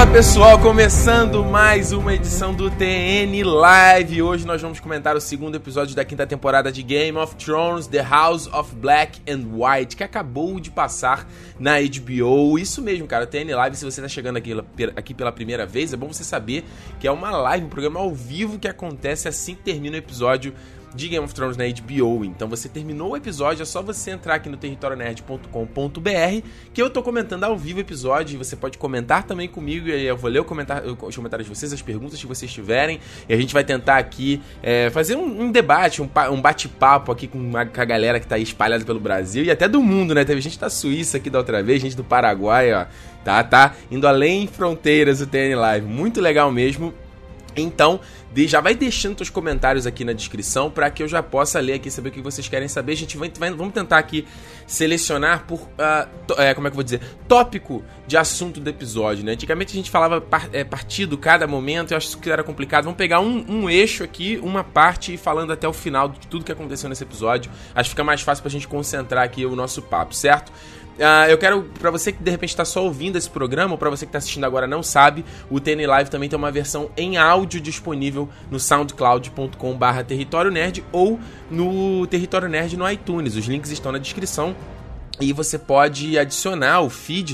Pessoal, começando mais uma edição do TN Live. Hoje nós vamos comentar o segundo episódio da quinta temporada de Game of Thrones, The House of Black and White, que acabou de passar na HBO. Isso mesmo, cara, TN Live, se você tá chegando aqui pela primeira vez, é bom você saber que é uma live, um programa ao vivo que acontece assim que termina o episódio de Game of Thrones na HBO. Então você terminou o episódio, é só você entrar aqui no territorionerd.com.br que eu tô comentando ao vivo o episódio, e você pode comentar também comigo, e aí eu vou ler os comentários de vocês, as perguntas que vocês tiverem, e a gente vai tentar aqui fazer um debate, um bate-papo aqui com a galera que tá aí espalhada pelo Brasil e até do mundo, né? Teve gente da Suíça aqui da outra vez, gente do Paraguai, ó, tá indo além fronteiras o TN Live, muito legal mesmo. Então, já vai deixando seus comentários aqui na descrição para que eu já possa ler aqui, saber o que vocês querem saber. A gente vamos tentar aqui selecionar por, como é que eu vou dizer, tópico de assunto do episódio, né? Antigamente a gente falava partido, cada momento, eu acho que era complicado. Vamos pegar um eixo aqui, uma parte, e ir falando até o final de tudo que aconteceu nesse episódio. Acho que fica mais fácil pra gente concentrar aqui o nosso papo, certo? Eu quero, pra você que de repente tá só ouvindo esse programa, ou pra você que tá assistindo agora não sabe, o TN Live também tem uma versão em áudio disponível no soundcloud.com/territorionerd ou no Território Nerd no iTunes. Os links estão na descrição. E você pode adicionar o feed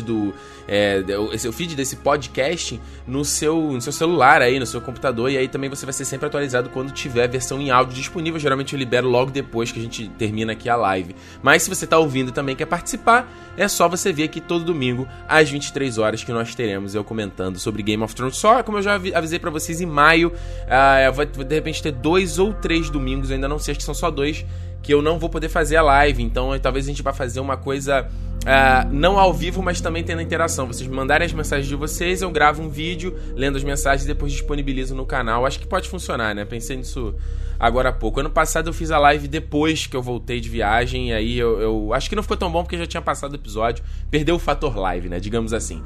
o feed desse podcast no seu celular aí, no seu computador, e aí também você vai ser sempre atualizado quando tiver a versão em áudio disponível. Geralmente eu libero logo depois que a gente termina aqui a live. Mas se você tá ouvindo e também quer participar, é só você ver aqui todo domingo às 23 horas que nós teremos eu comentando sobre Game of Thrones. Só como eu já avisei pra vocês, em maio vai de repente ter 2 ou 3 domingos, eu ainda não sei, acho que são só 2, que eu não vou poder fazer a live. Então talvez a gente vá fazer uma coisa não ao vivo, mas também tendo interação. Vocês me mandarem as mensagens de vocês, eu gravo um vídeo lendo as mensagens e depois disponibilizo no canal. Acho que pode funcionar, né? Pensei nisso agora há pouco. Ano passado eu fiz a live depois que eu voltei de viagem, e aí eu acho que não ficou tão bom porque já tinha passado o episódio. Perdeu o fator live, né? Digamos assim.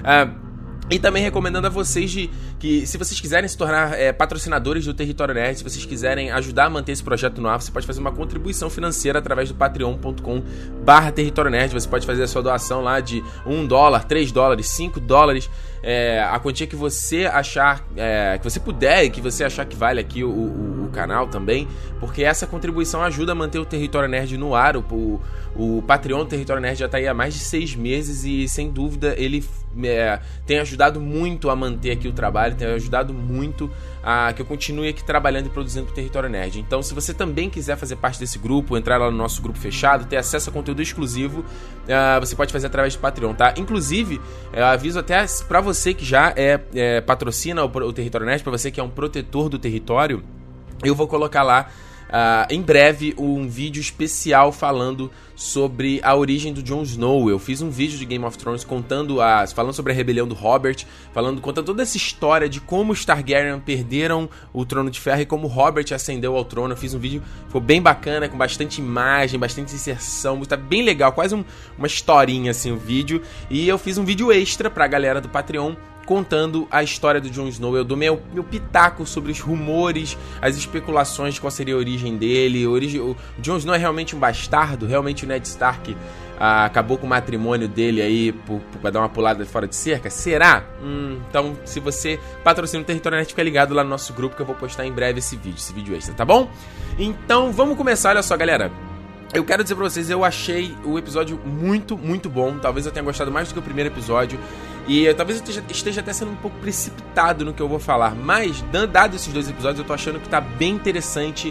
E também recomendando a vocês que, se vocês quiserem se tornar patrocinadores do Território Nerd, se vocês quiserem ajudar a manter esse projeto no ar, você pode fazer uma contribuição financeira através do patreon.com/Território Nerd. Você pode fazer a sua doação lá de $1, $3, $5, a quantia que você achar, que você puder e que você achar que vale aqui o canal também, porque essa contribuição ajuda a manter o Território Nerd no ar. O Patreon do Território Nerd já está aí há mais de 6 meses e, sem dúvida, ele tem ajudado muito a manter aqui o trabalho, tem ajudado muito a que eu continue aqui trabalhando e produzindo pro Território Nerd. Então, se você também quiser fazer parte desse grupo, entrar lá no nosso grupo fechado, ter acesso a conteúdo exclusivo, você pode fazer através do Patreon, tá? Inclusive, eu aviso até pra você que já patrocina o Território Nerd, pra você que é um protetor do território, eu vou colocar lá em breve um vídeo especial falando sobre a origem do Jon Snow. Eu fiz um vídeo de Game of Thrones falando sobre a rebelião do Robert, contando toda essa história de como os Targaryen perderam o Trono de Ferro e como Robert ascendeu ao trono. Eu fiz um vídeo, ficou bem bacana, com bastante imagem, bastante inserção, tá bem legal, quase uma historinha assim o vídeo. E eu fiz um vídeo extra pra galera do Patreon contando a história do Jon Snow. Eu dou meu pitaco sobre os rumores, as especulações de qual seria a origem dele. O Jon Snow é realmente um bastardo? Realmente o Ned Stark acabou com o matrimônio dele aí pra dar uma pulada fora de cerca? Será? Então, se você patrocina o Território Nerd, fica ligado lá no nosso grupo que eu vou postar em breve esse vídeo extra, tá bom? Então, vamos começar. Olha só, galera. Eu quero dizer pra vocês, eu achei o episódio muito, muito bom. Talvez eu tenha gostado mais do que o primeiro episódio. E talvez eu esteja até sendo um pouco precipitado no que eu vou falar. Mas, dado esses 2 episódios, eu tô achando que tá bem interessante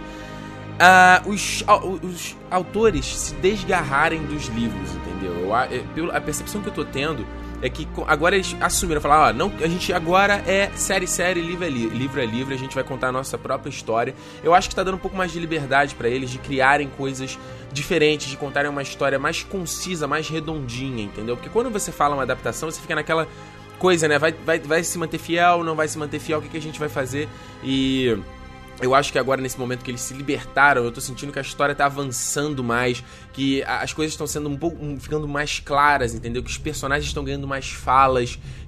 os autores se desgarrarem dos livros, entendeu? A percepção que eu tô tendo é que agora eles assumiram, falaram, a gente agora é série, livro é livro, a gente vai contar a nossa própria história. Eu acho que tá dando um pouco mais de liberdade pra eles, de criarem coisas diferentes, de contarem uma história mais concisa, mais redondinha, entendeu? Porque quando você fala uma adaptação, você fica naquela coisa, né? Vai se manter fiel, não vai se manter fiel, o que a gente vai fazer? E eu acho que agora, nesse momento que eles se libertaram, eu tô sentindo que a história tá avançando mais, que as coisas estão sendo ficando mais claras, entendeu? Que os personagens estão ganhando mais falas,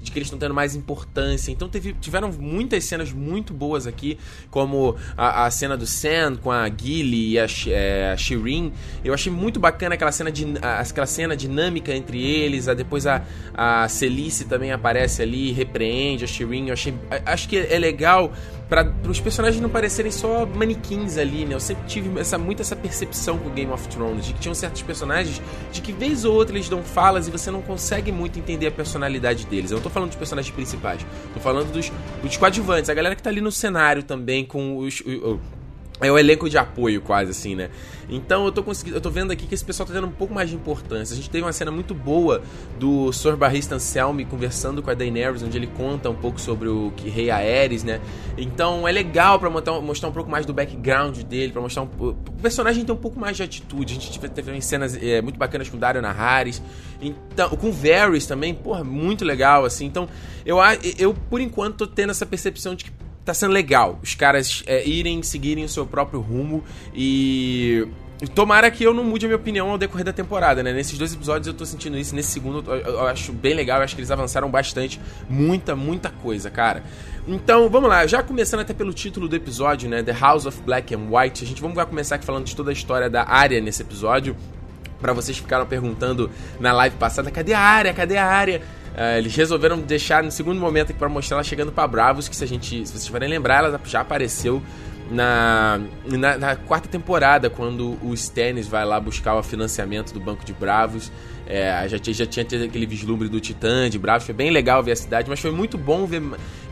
de que eles estão tendo mais importância. Então tiveram muitas cenas muito boas aqui, como a cena do Sam com a Gilly e a Shireen. Eu achei muito bacana aquela cena dinâmica entre eles. Depois a Celice também aparece ali, repreende a Shireen. Acho que é legal para os personagens não parecerem só manequins ali, né? Eu sempre tive muito essa percepção com Game of Thrones, de que tinham certos personagens de que vez ou outra eles dão falas e você não consegue muito entender a personalidade deles. Eu não tô falando dos personagens principais, tô falando dos coadjuvantes, a galera que tá ali no cenário também com é o elenco de apoio, quase assim, né? Então eu tô vendo aqui que esse pessoal tá tendo um pouco mais de importância. A gente teve uma cena muito boa do Sr. Barristan Selmy conversando com a Daenerys, onde ele conta um pouco sobre o rei Aerys, né? Então é legal pra mostrar um pouco mais do background dele, pra mostrar o personagem ter um pouco mais de atitude. A gente teve cenas muito bacanas com Daario Naharis, então, com Varys também, porra, muito legal, assim. Então eu por enquanto tô tendo essa percepção de que tá sendo legal os caras seguirem o seu próprio rumo e tomara que eu não mude a minha opinião ao decorrer da temporada, né? Nesses 2 episódios eu tô sentindo isso, nesse segundo eu acho bem legal, eu acho que eles avançaram bastante, muita coisa, cara. Então, vamos lá, já começando até pelo título do episódio, né? The House of Black and White, vamos começar aqui falando de toda a história da Arya nesse episódio. Pra vocês que ficaram perguntando na live passada, cadê a Arya? Eles resolveram deixar no segundo momento aqui pra mostrar ela chegando pra Braavos, que se vocês tiverem lembrar, ela já apareceu na 4ª temporada, quando o Stannis vai lá buscar o financiamento do Banco de Braavos. Já tinha tido aquele vislumbre do Titã de Braavos, foi bem legal ver a cidade, mas foi muito bom ver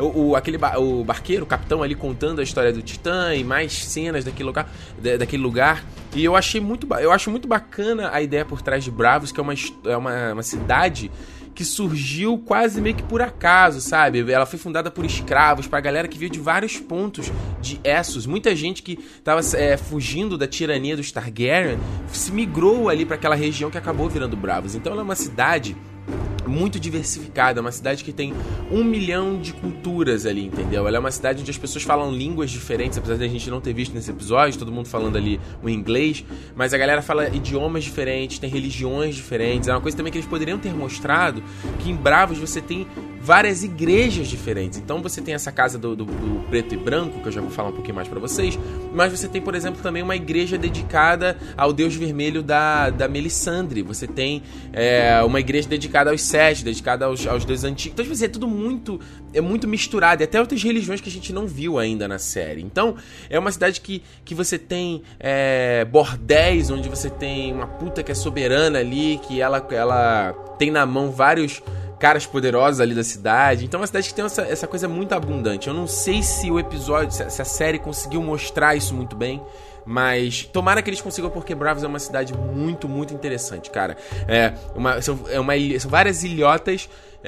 o barqueiro, o capitão ali contando a história do Titã e mais cenas daquele lugar. E eu acho muito bacana a ideia por trás de Braavos, que é uma cidade que surgiu quase meio que por acaso, sabe? Ela foi fundada por escravos, pra galera que veio de vários pontos de Essos. Muita gente que tava fugindo da tirania dos Targaryen se migrou ali pra aquela região que acabou virando Braavos. Então ela é uma cidade muito diversificada, uma cidade que tem 1 milhão de culturas ali, entendeu? Ela é uma cidade onde as pessoas falam línguas diferentes, apesar de a gente não ter visto nesse episódio, todo mundo falando ali o inglês, mas a galera fala idiomas diferentes, tem religiões diferentes. É uma coisa também que eles poderiam ter mostrado, que em Braavos você tem várias igrejas diferentes. Então você tem essa casa do preto e branco, que eu já vou falar um pouquinho mais pra vocês, mas você tem, por exemplo, também uma igreja dedicada ao Deus Vermelho da Melisandre. Você tem uma igreja dedicada aos Sete, dedicada aos deuses antigos. Então, tipo assim, é tudo muito misturado. E até outras religiões que a gente não viu ainda na série. Então, é uma cidade que você tem bordéis, onde você tem uma puta que é soberana ali, que ela tem na mão vários caras poderosos ali da cidade. Então é uma cidade que tem essa coisa muito abundante. Eu não sei se o episódio, se a série conseguiu mostrar isso muito bem, mas tomara que eles consigam, porque Braavos é uma cidade muito interessante, cara. São várias ilhotas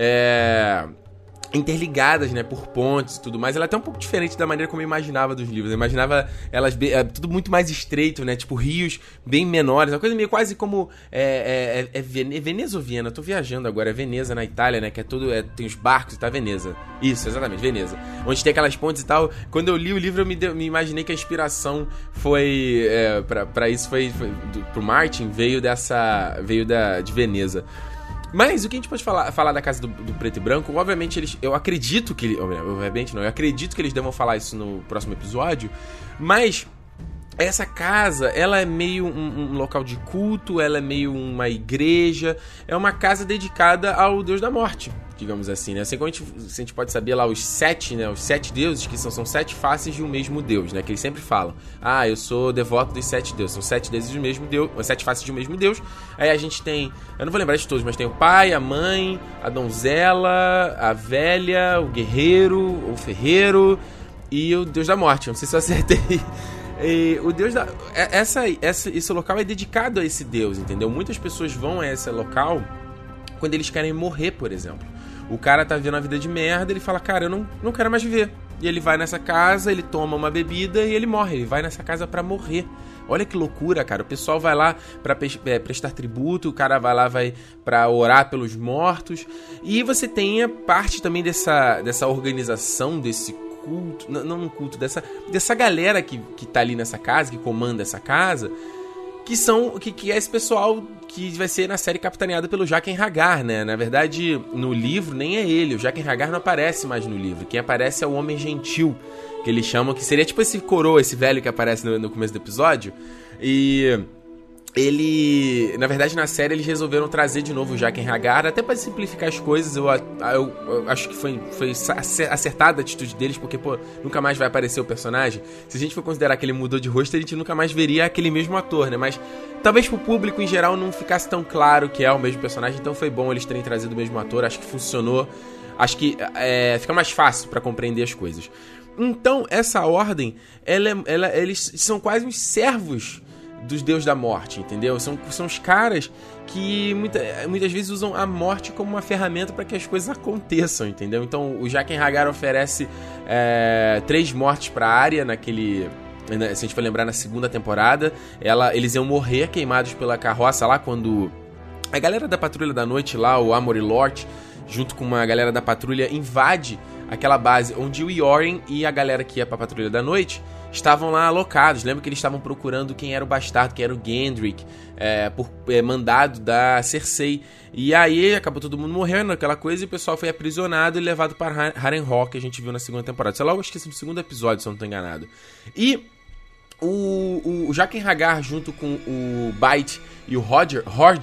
interligadas, né, por pontes e tudo mais. Ela é até um pouco diferente da maneira como eu imaginava dos livros. Eu imaginava elas tudo muito mais estreito, né, tipo rios bem menores, uma coisa meio quase como Veneza ou Viena? Eu tô viajando agora, é Veneza na Itália, né, que é tudo, tem os barcos e tá, Veneza. Isso, exatamente, Veneza. Onde tem aquelas pontes e tal. Quando eu li o livro, eu me imaginei que a inspiração foi pra isso, foi pro Martin, veio de Veneza. Mas o que a gente pode falar da casa do preto e branco? Obviamente eu acredito que eles devam falar isso no próximo episódio, mas essa casa, ela é meio um local de culto, ela é meio uma igreja, é uma casa dedicada ao Deus da Morte, digamos assim, né? Assim como a gente pode saber lá os 7, né? Os 7 deuses, que são 7 faces de um mesmo Deus, né? Que eles sempre falam. Eu sou devoto dos 7 deuses. São 7 deuses do mesmo Deus, 7 faces de um mesmo Deus. Aí a gente tem, eu não vou lembrar de todos, mas tem o pai, a mãe, a donzela, a velha, o guerreiro, o ferreiro e o Deus da Morte. Eu não sei se eu acertei. E o Deus da... Esse local é dedicado a esse Deus, entendeu? Muitas pessoas vão a esse local quando eles querem morrer, por exemplo. O cara tá vivendo uma vida de merda, ele fala, cara, eu não quero mais viver. E ele vai nessa casa, ele toma uma bebida e ele morre. Ele vai nessa casa pra morrer. Olha que loucura, cara. O pessoal vai lá pra prestar tributo, o cara vai lá pra orar pelos mortos. E você tem a parte também dessa organização, desse culto, não um culto, dessa galera que tá ali nessa casa, que comanda essa casa, que é esse pessoal que vai ser na série capitaneada pelo Jaqen H'ghar, né? Na verdade, no livro nem é ele, o Jaqen H'ghar não aparece mais no livro. Quem aparece é o Homem Gentil, que eles chamam, que seria tipo esse coroa, esse velho que aparece no começo do episódio. E ele... Na verdade, na série eles resolveram trazer de novo o Jaqen H'ghar, até pra simplificar as coisas. Eu acho que foi acertada a atitude deles, porque, pô, nunca mais vai aparecer o personagem. Se a gente for considerar que ele mudou de rosto, a gente nunca mais veria aquele mesmo ator, né? Mas talvez pro público em geral não ficasse tão claro que é o mesmo personagem, então foi bom eles terem trazido o mesmo ator, acho que funcionou. Acho que fica mais fácil pra compreender as coisas. Então, essa ordem, eles são quase uns servos dos Deus da Morte, entendeu? São os caras que muitas vezes usam a morte como uma ferramenta para que as coisas aconteçam, entendeu? Então, o Jaqen H'ghar oferece 3 mortes pra Arya naquele... Se a gente for lembrar, na segunda temporada, eles iam morrer queimados pela carroça lá, quando a galera da Patrulha da Noite lá, o Amory Lord, junto com uma galera da Patrulha, invade aquela base onde o Yoren e a galera que ia pra Patrulha da Noite estavam lá alocados. Lembra que eles estavam procurando quem era o bastardo, que era o Gendry, por mandado da Cersei. E aí acabou todo mundo morrendo, aquela coisa, e o pessoal foi aprisionado e levado para Harrenhal, que a gente viu na segunda temporada. Isso é logo, acho que no segundo episódio, se eu não tô enganado. E o Jaqen H'ghar, junto com o Bite e o Horger,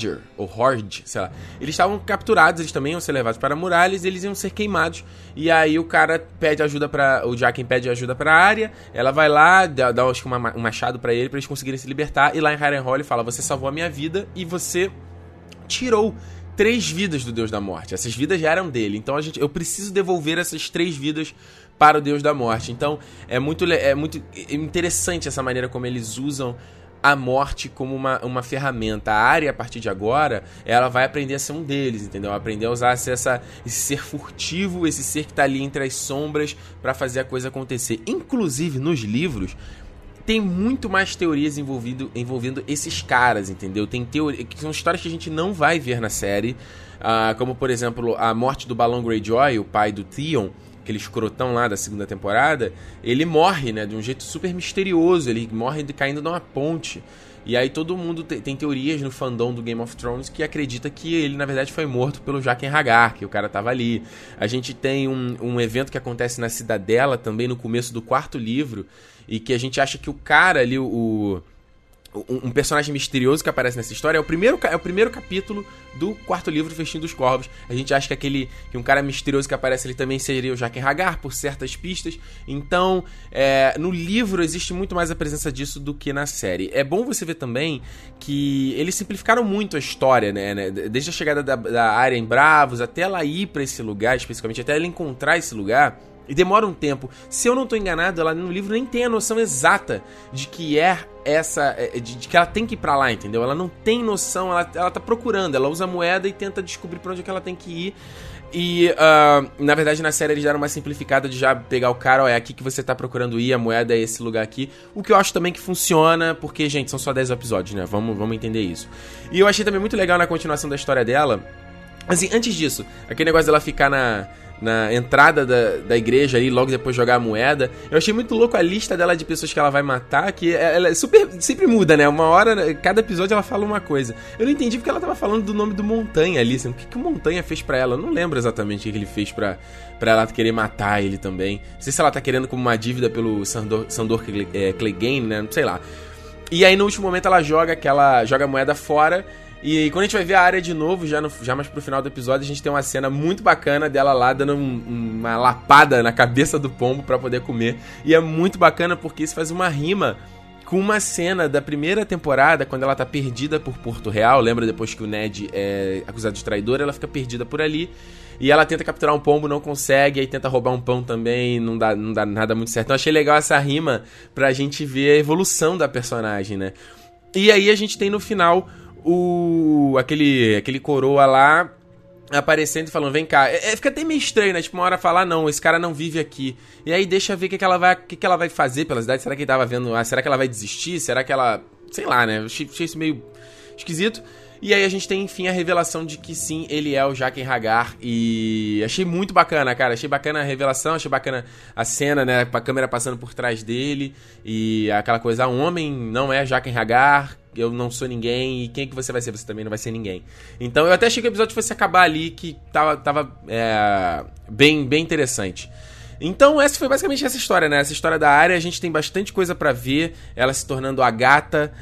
sei lá, eles estavam capturados, eles também iam ser levados para muralhas, eles iam ser queimados. E aí o Jaqen pede ajuda pra Arya, ela vai lá, dá acho que um machado pra eles conseguirem se libertar, e lá em Harrenhal ele fala: você salvou a minha vida e você tirou 3 vidas do Deus da Morte. Essas vidas já eram dele, então eu preciso devolver essas 3 vidas para o Deus da Morte. Então é muito interessante essa maneira como eles usam a morte como uma ferramenta. A Arya, a partir de agora, ela vai aprender a ser um deles, entendeu? Aprender a usar esse ser furtivo, esse ser que tá ali entre as sombras para fazer a coisa acontecer. Inclusive, nos livros, tem muito mais teorias envolvendo esses caras, entendeu? Tem teorias que são histórias que a gente não vai ver na série, como, por exemplo, a morte do Balon Greyjoy, o pai do Theon, aquele escrotão lá da segunda temporada. Ele morre, né, de um jeito super misterioso, ele morre caindo de uma ponte. E aí todo mundo tem teorias no fandom do Game of Thrones que acredita que ele, na verdade, foi morto pelo Jaqen H'ghar, que o cara tava ali. A gente tem um evento que acontece na Cidadela, também no começo do 4º livro, e que a gente acha que o cara ali, um personagem misterioso que aparece nessa história é o primeiro capítulo do 4º livro, Festim dos Corvos. A gente acha que um cara misterioso que aparece ali também seria o Jaqen H'ghar, por certas pistas. Então, no livro existe muito mais a presença disso do que na série. É bom você ver também que eles simplificaram muito a história, né? Desde a chegada da Arya em Bravos até ela ir pra esse lugar, especificamente, até ela encontrar esse lugar. E demora um tempo. Se eu não tô enganado, ela no livro nem tem a noção exata de que de que ela tem que ir pra lá, entendeu? Ela não tem noção, ela tá procurando, ela usa a moeda e tenta descobrir pra onde é que ela tem que ir. E, na verdade, na série eles deram uma simplificada de já pegar o cara, é aqui que você tá procurando ir, a moeda é esse lugar aqui. O que eu acho também que funciona, porque, gente, são só 10 episódios, né? Vamos entender isso. E eu achei também muito legal na continuação da história dela. Assim, antes disso, aquele negócio dela ficar na entrada da igreja ali, logo depois jogar a moeda. Eu achei muito louco a lista dela de pessoas que ela vai matar, que ela sempre muda, né? Uma hora, cada episódio ela fala uma coisa. Eu não entendi porque ela tava falando do nome do Montanha ali, assim, o que o Montanha fez pra ela. Eu não lembro exatamente o que ele fez pra ela querer matar ele também. Não sei se ela tá querendo como uma dívida pelo Sandor Clegane, né? Não sei lá. E aí no último momento ela joga a moeda fora. E quando a gente vai ver a Arya de novo, já mais pro final do episódio, a gente tem uma cena muito bacana dela lá dando uma lapada na cabeça do pombo pra poder comer. E é muito bacana porque isso faz uma rima com uma cena da primeira temporada, quando ela tá perdida por Porto Real. Lembra depois que o Ned é acusado de traidor, ela fica perdida por ali. E ela tenta capturar um pombo, não consegue, aí tenta roubar um pão também, não dá nada muito certo. Então achei legal essa rima pra gente ver a evolução da personagem, né? E aí a gente tem no final aquele coroa lá aparecendo e falando, vem cá. Fica até meio estranho, né? Tipo, uma hora falar, não, esse cara não vive aqui. E aí deixa ver o que ela vai fazer pela cidade. Será que ele tava vendo? Será que ela vai desistir? Será que ela... Sei lá, né? Achei isso meio esquisito. E aí a gente tem, enfim, a revelação de que sim, ele é o Jaqen H'ghar. E achei muito bacana, cara. Achei bacana a revelação, achei bacana a cena, né? A câmera passando por trás dele. E aquela coisa, um homem não é Jaqen H'ghar. eu não sou ninguém, e quem que você vai ser? Você também não vai ser ninguém. Então eu até achei que o episódio fosse acabar ali, que tava bem interessante. Então essa foi basicamente essa história, né? Essa história da Arya, a gente tem bastante coisa pra ver, ela se tornando a gata.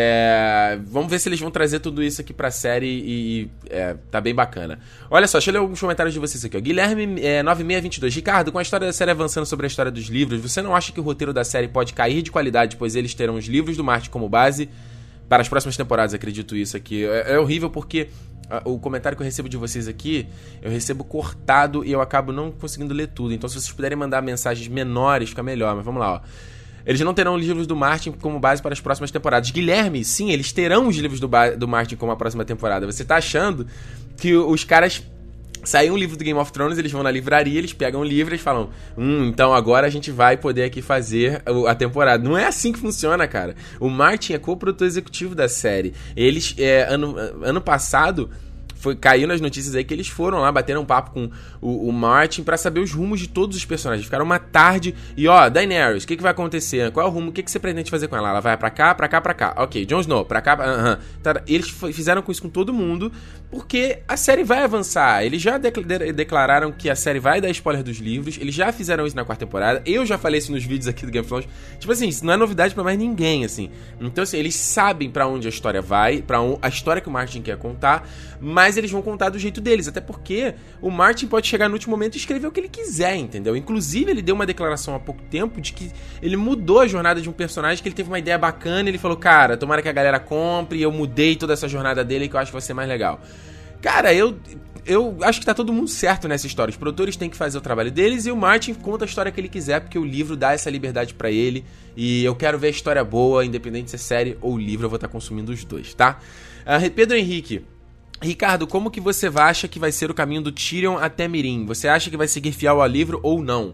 Vamos ver se eles vão trazer tudo isso aqui pra série e tá bem bacana. Olha só, deixa eu ler alguns comentários de vocês aqui, ó. Guilherme 9622. Ricardo, com a história da série avançando sobre a história dos livros, você não acha que o roteiro da série pode cair de qualidade, pois eles terão os livros do Martin como base para as próximas temporadas? Acredito isso aqui. É horrível porque o comentário que eu recebo de vocês aqui, eu recebo cortado e eu acabo não conseguindo ler tudo. Então, se vocês puderem mandar mensagens menores, fica melhor. Mas vamos lá, ó. Eles não terão os livros do Martin como base para as próximas temporadas. Guilherme, sim, eles terão os livros do Martin como a próxima temporada. Você tá achando que os caras... Saiu um livro do Game of Thrones, eles vão na livraria, eles pegam o livro e falam, então agora a gente vai poder aqui fazer a temporada. Não é assim que funciona, cara. O Martin é co-produtor executivo da série. Eles, ano passado... caiu nas notícias aí que eles foram lá, bateram um papo com o Martin pra saber os rumos de todos os personagens. Ficaram uma tarde e, Daenerys, o que vai acontecer? Qual é o rumo? O que você pretende fazer com ela? Ela vai pra cá, pra cá, pra cá. Ok, Jon Snow, pra cá, Tá, eles fizeram com isso com todo mundo, porque a série vai avançar. Eles já declararam que a série vai dar spoiler dos livros, eles já fizeram isso na quarta temporada. Eu já falei isso nos vídeos aqui do Game of Thrones. Tipo assim, isso não é novidade pra mais ninguém, assim. Então, assim, eles sabem pra onde a história vai, a história que o Martin quer contar, mas eles vão contar do jeito deles, até porque o Martin pode chegar no último momento e escrever o que ele quiser, entendeu? Inclusive, ele deu uma declaração há pouco tempo de que ele mudou a jornada de um personagem, que ele teve uma ideia bacana, e ele falou, cara, tomara que a galera compre, e eu mudei toda essa jornada dele, que eu acho que vai ser mais legal. Cara, eu acho que tá todo mundo certo nessa história. Os produtores têm que fazer o trabalho deles, e o Martin conta a história que ele quiser, porque o livro dá essa liberdade pra ele, e eu quero ver a história boa, independente se é série ou livro, eu vou estar consumindo os dois, tá? Pedro Henrique. Ricardo, como que você acha que vai ser o caminho do Tyrion até Meereen? Você acha que vai seguir fiel ao livro ou não?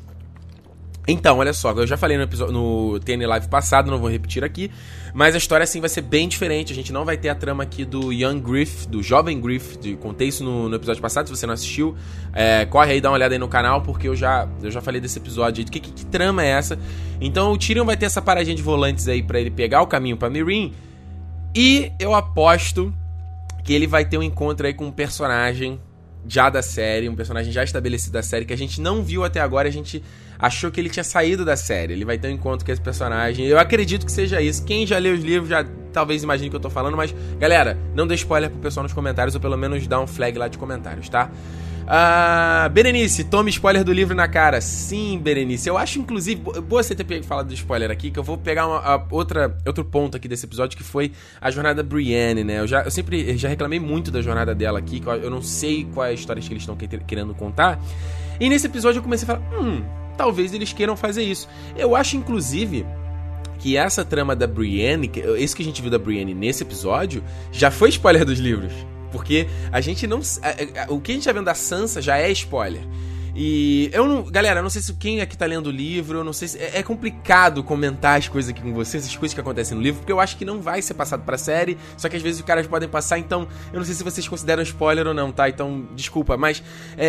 Então, olha só, eu já falei no TN Live passado, não vou repetir aqui, mas a história assim vai ser bem diferente. A gente não vai ter a trama aqui do Young Griff, do jovem Griff, contei isso no episódio passado, se você não assistiu, corre aí, dá uma olhada aí no canal, porque eu já falei desse episódio aí, que trama é essa. Então o Tyrion vai ter essa paradinha de volantes aí pra ele pegar o caminho pra Meereen, e eu aposto que ele vai ter um encontro aí com um personagem já da série, um personagem já estabelecido da série, que a gente não viu até agora, a gente achou que ele tinha saído da série. Ele vai ter um encontro com esse personagem, eu acredito que seja isso. Quem já leu os livros já talvez imagine o que eu tô falando, mas galera, não dê spoiler pro pessoal nos comentários, ou pelo menos dá um flag lá de comentários, tá? Berenice, tome spoiler do livro na cara. Sim, Berenice, eu acho inclusive boa você ter falado do spoiler aqui, que eu vou pegar outro ponto aqui desse episódio, que foi a jornada da Brienne, né? Eu sempre reclamei muito da jornada dela aqui, que eu não sei qual é a história que eles estão querendo contar, e nesse episódio eu comecei a falar, talvez eles queiram fazer isso. Eu acho inclusive que essa trama da Brienne, isso que a gente viu da Brienne nesse episódio, já foi spoiler dos livros. Porque a gente não... O que a gente tá vendo da Sansa já é spoiler. E eu não... Galera, eu não sei se quem aqui tá lendo o livro, eu não sei se... É complicado comentar as coisas aqui com vocês, as coisas que acontecem no livro, porque eu acho que não vai ser passado pra série, só que às vezes os caras podem passar, então... Eu não sei se vocês consideram spoiler ou não, tá? Então, desculpa, mas...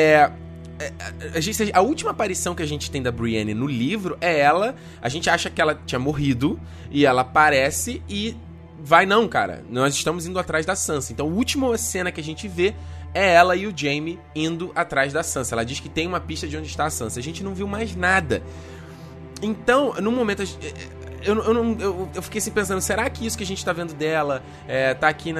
A última aparição que a gente tem da Brienne no livro é ela... A gente acha que ela tinha morrido, e ela aparece e... Não, cara. Nós estamos indo atrás da Sansa. Então, a última cena que a gente vê é ela e o Jaime indo atrás da Sansa. Ela diz que tem uma pista de onde está a Sansa. A gente não viu mais nada. Então, no momento... Eu fiquei assim pensando, será que isso que a gente tá vendo dela tá aqui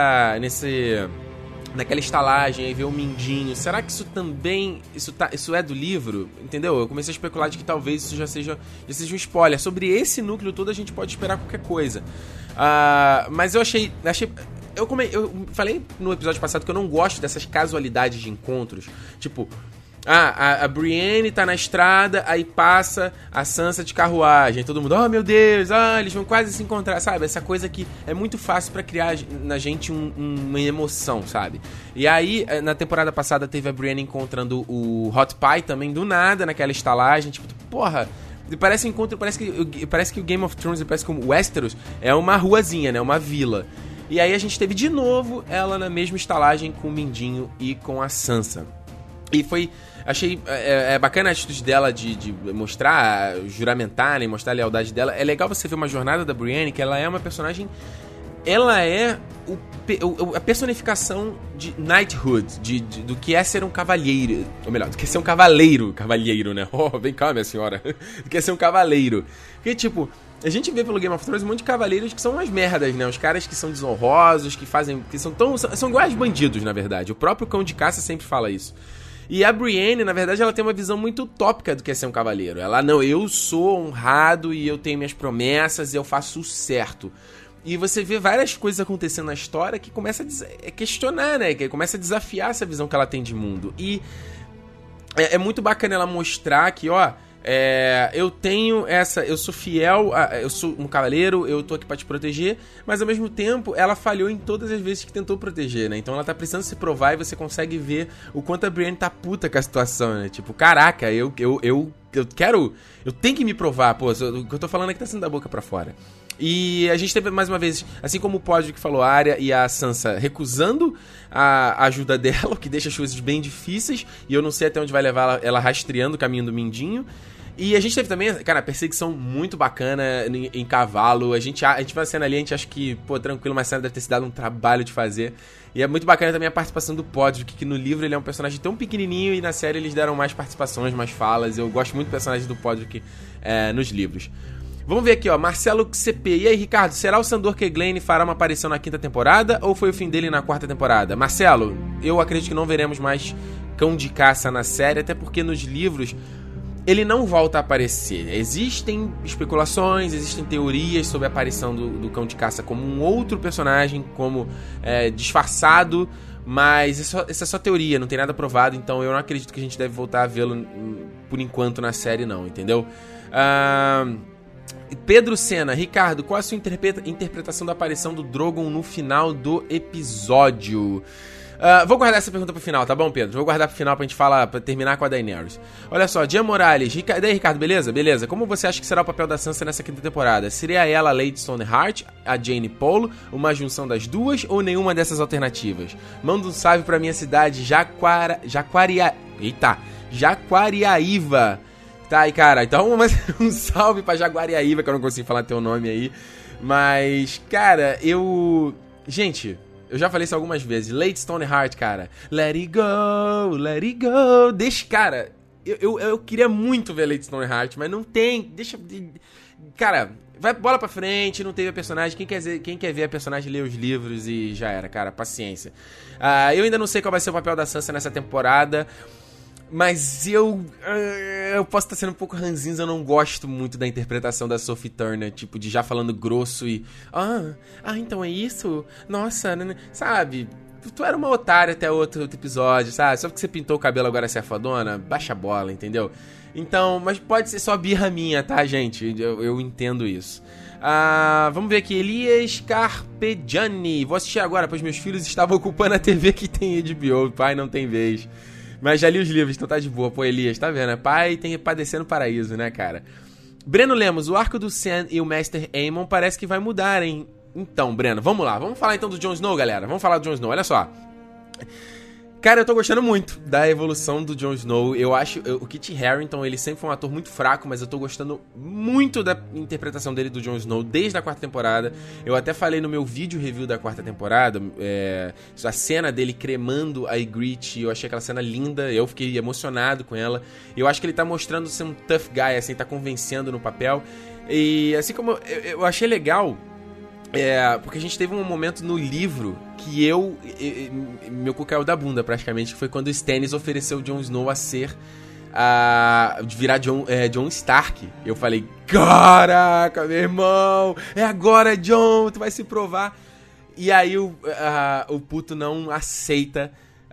naquela estalagem, aí vê o Mindinho, será que isso também, isso é do livro? Entendeu? Eu comecei a especular de que talvez isso já seja um spoiler. Sobre esse núcleo todo a gente pode esperar qualquer coisa. Mas eu achei eu falei no episódio passado que eu não gosto dessas casualidades de encontros, tipo... a Brienne tá na estrada, aí passa a Sansa de carruagem, todo mundo, oh meu Deus, eles vão quase se encontrar, sabe? Essa coisa que é muito fácil pra criar na gente uma emoção, sabe? E aí, na temporada passada teve a Brienne encontrando o Hot Pie também, do nada, naquela estalagem, tipo, porra... Parece um encontro, parece que o Game of Thrones, parece que o Westeros é uma ruazinha, né? Uma vila. E aí a gente teve de novo ela na mesma estalagem com o Mindinho e com a Sansa. E foi... Achei bacana a atitude dela de mostrar, juramentar, né, mostrar a lealdade dela. É legal você ver uma jornada da Brienne, que ela é uma personagem ela é a personificação de knighthood, do que é ser um cavalheiro, ou melhor, do que é ser um cavalheiro, né? Oh, vem cá, minha senhora. Do que é ser um cavaleiro. Porque, tipo, a gente vê pelo Game of Thrones um monte de cavaleiros que são umas merdas, né? Os caras que são desonrosos, que são iguais bandidos, na verdade. O próprio Cão de Caça sempre fala isso. E a Brienne, na verdade, ela tem uma visão muito utópica do que é ser um cavaleiro. Ela, não, eu sou honrado e eu tenho minhas promessas e eu faço o certo. E você vê várias coisas acontecendo na história que começa a questionar, né? Que começa a desafiar essa visão que ela tem de mundo. E é muito bacana ela mostrar que, ó, eu tenho eu sou fiel, eu sou um cavaleiro, eu tô aqui pra te proteger, mas ao mesmo tempo ela falhou em todas as vezes que tentou proteger, né? Então ela tá precisando se provar e você consegue ver o quanto a Brienne tá puta com a situação, né? Tipo, caraca, eu tenho que me provar, pô, o que eu tô falando aqui tá saindo da boca pra fora. E a gente teve, mais uma vez, assim como o Podrick que falou, a Arya e a Sansa recusando a ajuda dela, o que deixa as coisas bem difíceis, e eu não sei até onde vai levar ela rastreando o caminho do Mindinho. E a gente teve também, cara, perseguição muito bacana em cavalo. A gente vai uma cena ali, a gente acha que, pô, tranquilo, mas a cena deve ter se dado um trabalho de fazer. E é muito bacana também a participação do Podrick, que no livro ele é um personagem tão pequenininho e na série eles deram mais participações, mais falas. Eu gosto muito do personagem do Podrick nos livros. Vamos ver aqui, ó, Marcelo CP. E aí, Ricardo, será o Sandor Clegane fará uma aparição na 5ª temporada ou foi o fim dele na 4ª temporada? Marcelo, eu acredito que não veremos mais Cão de Caça na série, até porque nos livros ele não volta a aparecer. Existem especulações, existem teorias sobre a aparição do Cão de Caça como um outro personagem, como disfarçado, mas isso é só teoria, não tem nada provado, então eu não acredito que a gente deve voltar a vê-lo por enquanto na série não, entendeu? Pedro Senna, Ricardo, qual a sua interpretação da aparição do Drogon no final do episódio? Vou guardar essa pergunta pro final, tá bom, Pedro? Vou guardar pro final pra gente falar, pra terminar com a Daenerys. Olha só, Jean Morales, e aí, Ricardo, beleza? Beleza. Como você acha que será o papel da Sansa nessa 5ª temporada? Seria ela a Lady Stoneheart, a Jane Polo, uma junção das duas ou nenhuma dessas alternativas? Manda um salve pra minha cidade, Jaguariaíva. Tá aí, cara, então um salve pra Jaguariaíva, que eu não consigo falar teu nome aí. Mas, cara, gente, eu já falei isso algumas vezes. Lady Stoneheart, cara. Let it go, let it go. Deixa, cara, eu queria muito ver Lady Stoneheart, mas não tem. Deixa. Cara, vai bola pra frente, não teve a personagem. Quem quer ver a personagem, lê os livros e já era, cara. Paciência. Eu ainda não sei qual vai ser o papel da Sansa nessa temporada. Mas eu posso estar sendo um pouco ranzinza, eu não gosto muito da interpretação da Sophie Turner, tipo, de já falando grosso e... então é isso? Nossa, sabe? Tu era uma otária até outro episódio, sabe? Só porque você pintou o cabelo agora você é fodona, baixa a bola, entendeu? Então, mas pode ser só birra minha, tá, gente? Eu entendo isso. Vamos ver aqui, Elias Carpegiani. Vou assistir agora, pois meus filhos estavam ocupando a TV que tem HBO, pai não tem vez. Mas já li os livros, então tá de boa. Pô, Elias, tá vendo? Pai tem que padecer no paraíso, né, cara? Breno Lemos, o arco do Sam e o Master Aemon parece que vai mudar, hein? Então, Breno, vamos lá. Vamos falar então do Jon Snow, galera. Vamos falar do Jon Snow, olha só. Cara, eu tô gostando muito da evolução do Jon Snow. Eu acho... O Kit Harington, ele sempre foi um ator muito fraco, mas eu tô gostando muito da interpretação dele do Jon Snow desde a 4ª temporada. Eu até falei no meu vídeo review da 4ª temporada, a cena dele cremando a Ygritte, eu achei aquela cena linda, eu fiquei emocionado com ela. Eu acho que ele tá mostrando ser um tough guy, assim, tá convencendo no papel. E assim como eu achei legal... porque a gente teve um momento no livro que meu cu caiu da bunda praticamente, que foi quando o Stannis ofereceu o Jon Snow a ser virar Jon Stark. Eu falei, caraca, meu irmão, é agora, Jon, tu vai se provar. E aí o puto não aceita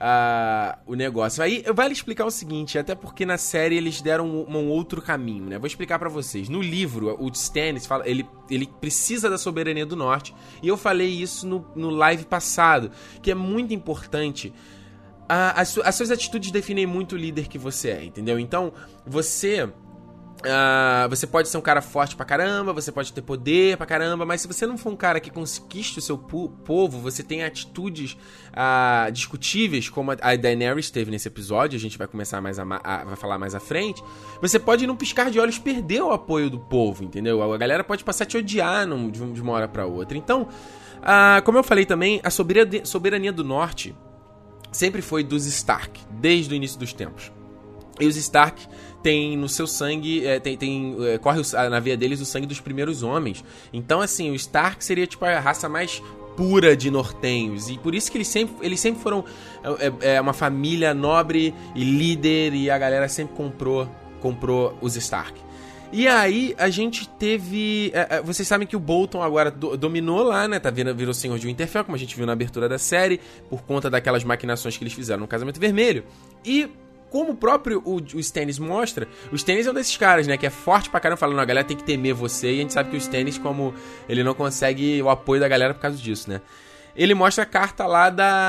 o negócio. Aí vale explicar o seguinte, até porque na série eles deram um outro caminho, né? Vou explicar pra vocês. No livro, o Stannis fala, ele precisa da soberania do norte, e eu falei isso no live passado, que é muito importante. As suas atitudes definem muito o líder que você é, entendeu? Então, você Você pode ser um cara forte pra caramba, você pode ter poder pra caramba, mas se você não for um cara que conquiste o seu povo, você tem atitudes discutíveis, como a Daenerys teve nesse episódio, a gente vai começar vai falar mais à frente, você pode, num piscar de olhos, perder o apoio do povo, entendeu? A galera pode passar a te odiar de uma hora pra outra. Então, como eu falei também, a soberania do Norte sempre foi dos Stark, desde o início dos tempos. E os Stark tem no seu sangue, corre na veia deles o sangue dos primeiros homens. Então, assim, o Stark seria tipo a raça mais pura de nortenhos. E por isso que eles sempre foram uma família nobre e líder, e a galera sempre comprou os Stark. E aí, a gente teve... vocês sabem que o Bolton agora dominou lá, né? Virou Senhor de Winterfell, como a gente viu na abertura da série, por conta daquelas maquinações que eles fizeram no Casamento Vermelho. E... como o próprio o Stannis mostra, o Stannis é um desses caras, né, que é forte pra caramba, falando, não, a galera tem que temer você, e a gente sabe que o Stannis, como ele não consegue o apoio da galera por causa disso, né. Ele mostra a carta lá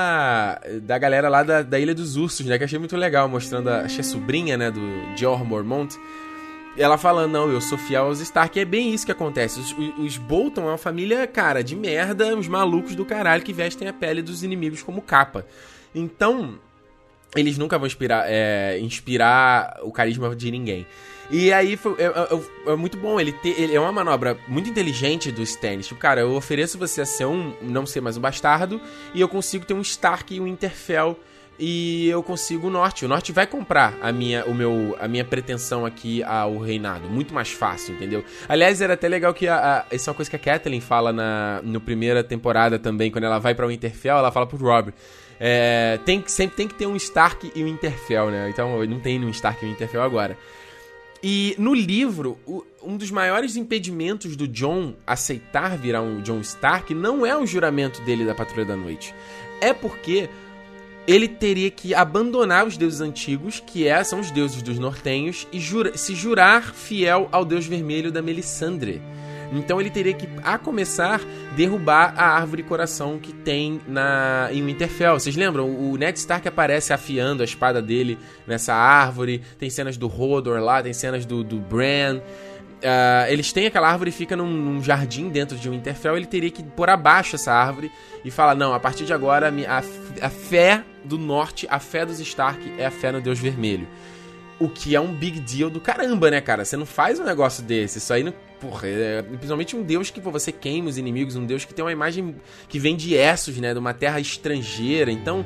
da galera lá da Ilha dos Ursos, né, que eu achei muito legal, mostrando achei a sobrinha, né, do Jorah Mormont, ela falando, não, eu sou fiel aos Stark, e é bem isso que acontece. Os Bolton é uma família, cara, de merda, uns malucos do caralho que vestem a pele dos inimigos como capa. Então... eles nunca vão inspirar o carisma de ninguém. E aí é muito bom. Ele é uma manobra muito inteligente do Stannis. Tipo, cara, eu ofereço você a ser não ser mais um bastardo, e eu consigo ter um Stark e um Winterfell, e eu consigo o Norte. O Norte vai comprar a minha pretensão aqui ao reinado. Muito mais fácil, entendeu? Aliás, era até legal que essa é uma coisa que a Catelyn fala na primeira temporada também, quando ela vai pra Winterfell, ela fala pro Robb. Sempre tem que ter um Stark e um Winterfell, né? Então não tem um Stark e um Winterfell agora. E no livro, um dos maiores impedimentos do Jon aceitar virar um Jon Stark não é o juramento dele da Patrulha da Noite. É porque ele teria que abandonar os deuses antigos, que são os deuses dos nortenhos, e se jurar fiel ao Deus Vermelho da Melisandre. Então ele teria que, a começar, derrubar a árvore coração que tem em Winterfell. Vocês lembram? O Ned Stark aparece afiando a espada dele nessa árvore. Tem cenas do Hodor lá, tem cenas do Bran. Eles têm aquela árvore e fica num jardim dentro de Winterfell. Ele teria que pôr abaixo essa árvore e falar, não, a partir de agora a fé do norte, a fé dos Stark é a fé no Deus Vermelho. O que é um big deal do caramba, né, cara? Você não faz um negócio desse. Isso aí, porra, principalmente um deus que você queima os inimigos, um deus que tem uma imagem que vem de Essos, né, de uma terra estrangeira. Então,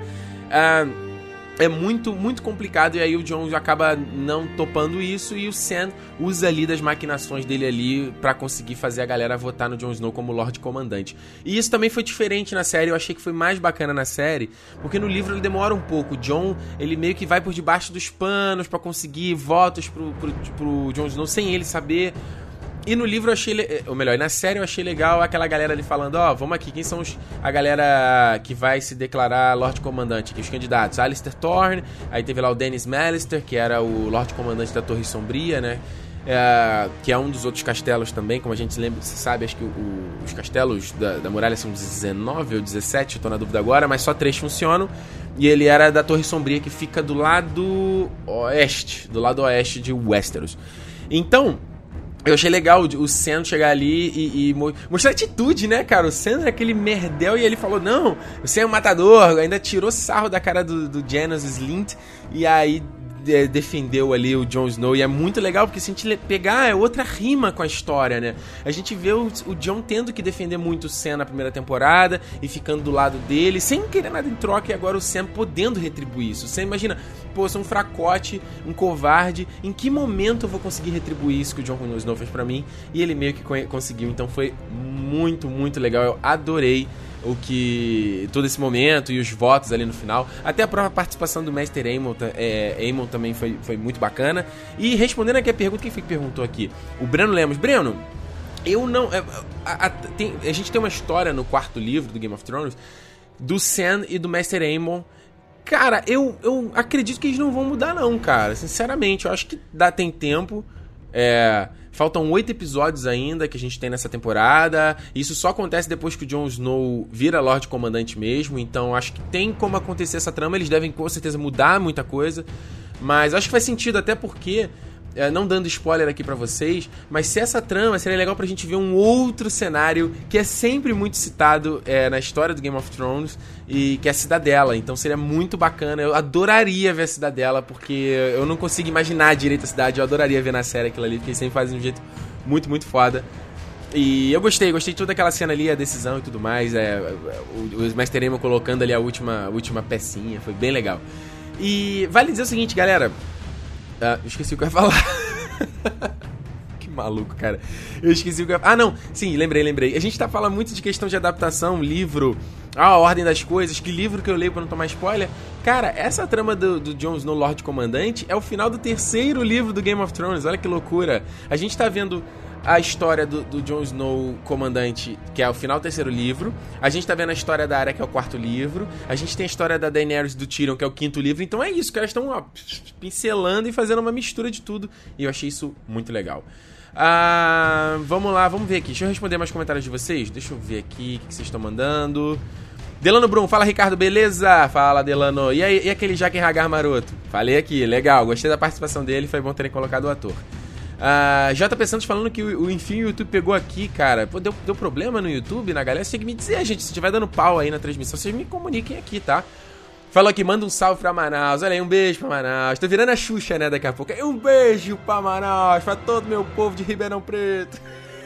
é muito, muito complicado, e aí o Jon acaba não topando isso, e o Sam usa ali das maquinações dele ali pra conseguir fazer a galera votar no Jon Snow como Lorde Comandante. E isso também foi diferente na série, eu achei que foi mais bacana na série, porque no livro ele demora um pouco. O Jon, ele meio que vai por debaixo dos panos pra conseguir votos pro Jon Snow sem ele saber. E no livro eu achei... ou melhor, na série eu achei legal aquela galera ali falando, vamos aqui, quem são a galera que vai se declarar Lorde Comandante aqui, os candidatos? Alistair Thorne, aí teve lá o Dennis Mallister, que era o Lorde Comandante da Torre Sombria, né? Que é um dos outros castelos também, como a gente lembra, você sabe, acho que os castelos da muralha são 19 ou 17, eu tô na dúvida agora, mas só 3 funcionam. E ele era da Torre Sombria, que fica do lado oeste de Westeros. Então... eu achei legal o Sam chegar ali e mostrar atitude, né, cara? O Sam era aquele merdel e ele falou, não, o Sam é um matador, ainda tirou sarro da cara do Janos Slynt, e aí defendeu ali o Jon Snow, e é muito legal porque se a gente pegar, é outra rima com a história, né? A gente vê o Jon tendo que defender muito o Sam na primeira temporada e ficando do lado dele, sem querer nada em troca, e agora o Sam podendo retribuir isso. Você imagina, pô, eu sou um fracote, um covarde, em que momento eu vou conseguir retribuir isso que o Jon Snow fez pra mim? E ele meio que conseguiu, então foi muito, muito legal. Eu adorei todo esse momento e os votos ali no final. Até a própria participação do Maester Aemon também foi muito bacana. E respondendo aqui a pergunta, quem foi que perguntou aqui? O Breno Lemos. Breno, eu não... a gente tem uma história no 4º livro do Game of Thrones do Sam e do Maester Aemon. Cara, eu acredito que eles não vão mudar não, cara. Sinceramente, eu acho que tem tempo. Faltam 8 episódios ainda que a gente tem nessa temporada. Isso só acontece depois que o Jon Snow vira Lorde Comandante mesmo. Então acho que tem como acontecer essa trama. Eles devem com certeza mudar muita coisa. Mas acho que faz sentido, até porque não dando spoiler aqui pra vocês, mas se essa trama seria legal pra gente ver um outro cenário que é sempre muito citado na história do Game of Thrones, e que é a Cidadela. Então seria muito bacana, eu adoraria ver a Cidadela, porque eu não consigo imaginar direito a cidade, eu adoraria ver na série aquilo ali, porque eles sempre fazem de um jeito muito, muito foda. E eu gostei de toda aquela cena ali, a decisão e tudo mais, o Master Aemon colocando ali a última pecinha, foi bem legal. E vale dizer o seguinte, galera, eu esqueci o que eu ia falar. Que maluco, cara. Eu esqueci o que eu ia falar. Ah, não, sim, lembrei. A gente tá falando muito de questão de adaptação, livro, a ordem das coisas, que livro que eu leio pra não tomar spoiler. Cara, essa trama do Jon Snow, Lorde Comandante, é o final do 3º livro do Game of Thrones, olha que loucura. A gente tá vendo a história do Jon Snow Comandante, que é o final do 3º livro. A gente tá vendo a história da Arya, que é o 4º livro. A gente tem a história da Daenerys e do Tyrion, que é o 5º livro. Então é isso, que elas estão pincelando e fazendo uma mistura de tudo. E eu achei isso muito legal. Vamos lá, vamos ver aqui. Deixa eu responder mais comentários de vocês. Deixa eu ver aqui o que vocês estão mandando. Delano Brum, fala Ricardo, beleza? Fala Delano. E aí, e aquele Jaqen H'ghar maroto? Falei aqui, legal, gostei da participação dele. Foi bom terem colocado o ator. JP Santos falando que enfim o YouTube pegou aqui, cara. Pô, deu problema no YouTube, na galera. Você tem que me dizer, gente, se estiver dando pau aí na transmissão, vocês me comuniquem aqui, tá? Falou aqui, manda um salve pra Manaus. Olha aí, um beijo pra Manaus. Tô virando a Xuxa, né, daqui a pouco. Um beijo pra Manaus, pra todo meu povo de Ribeirão Preto.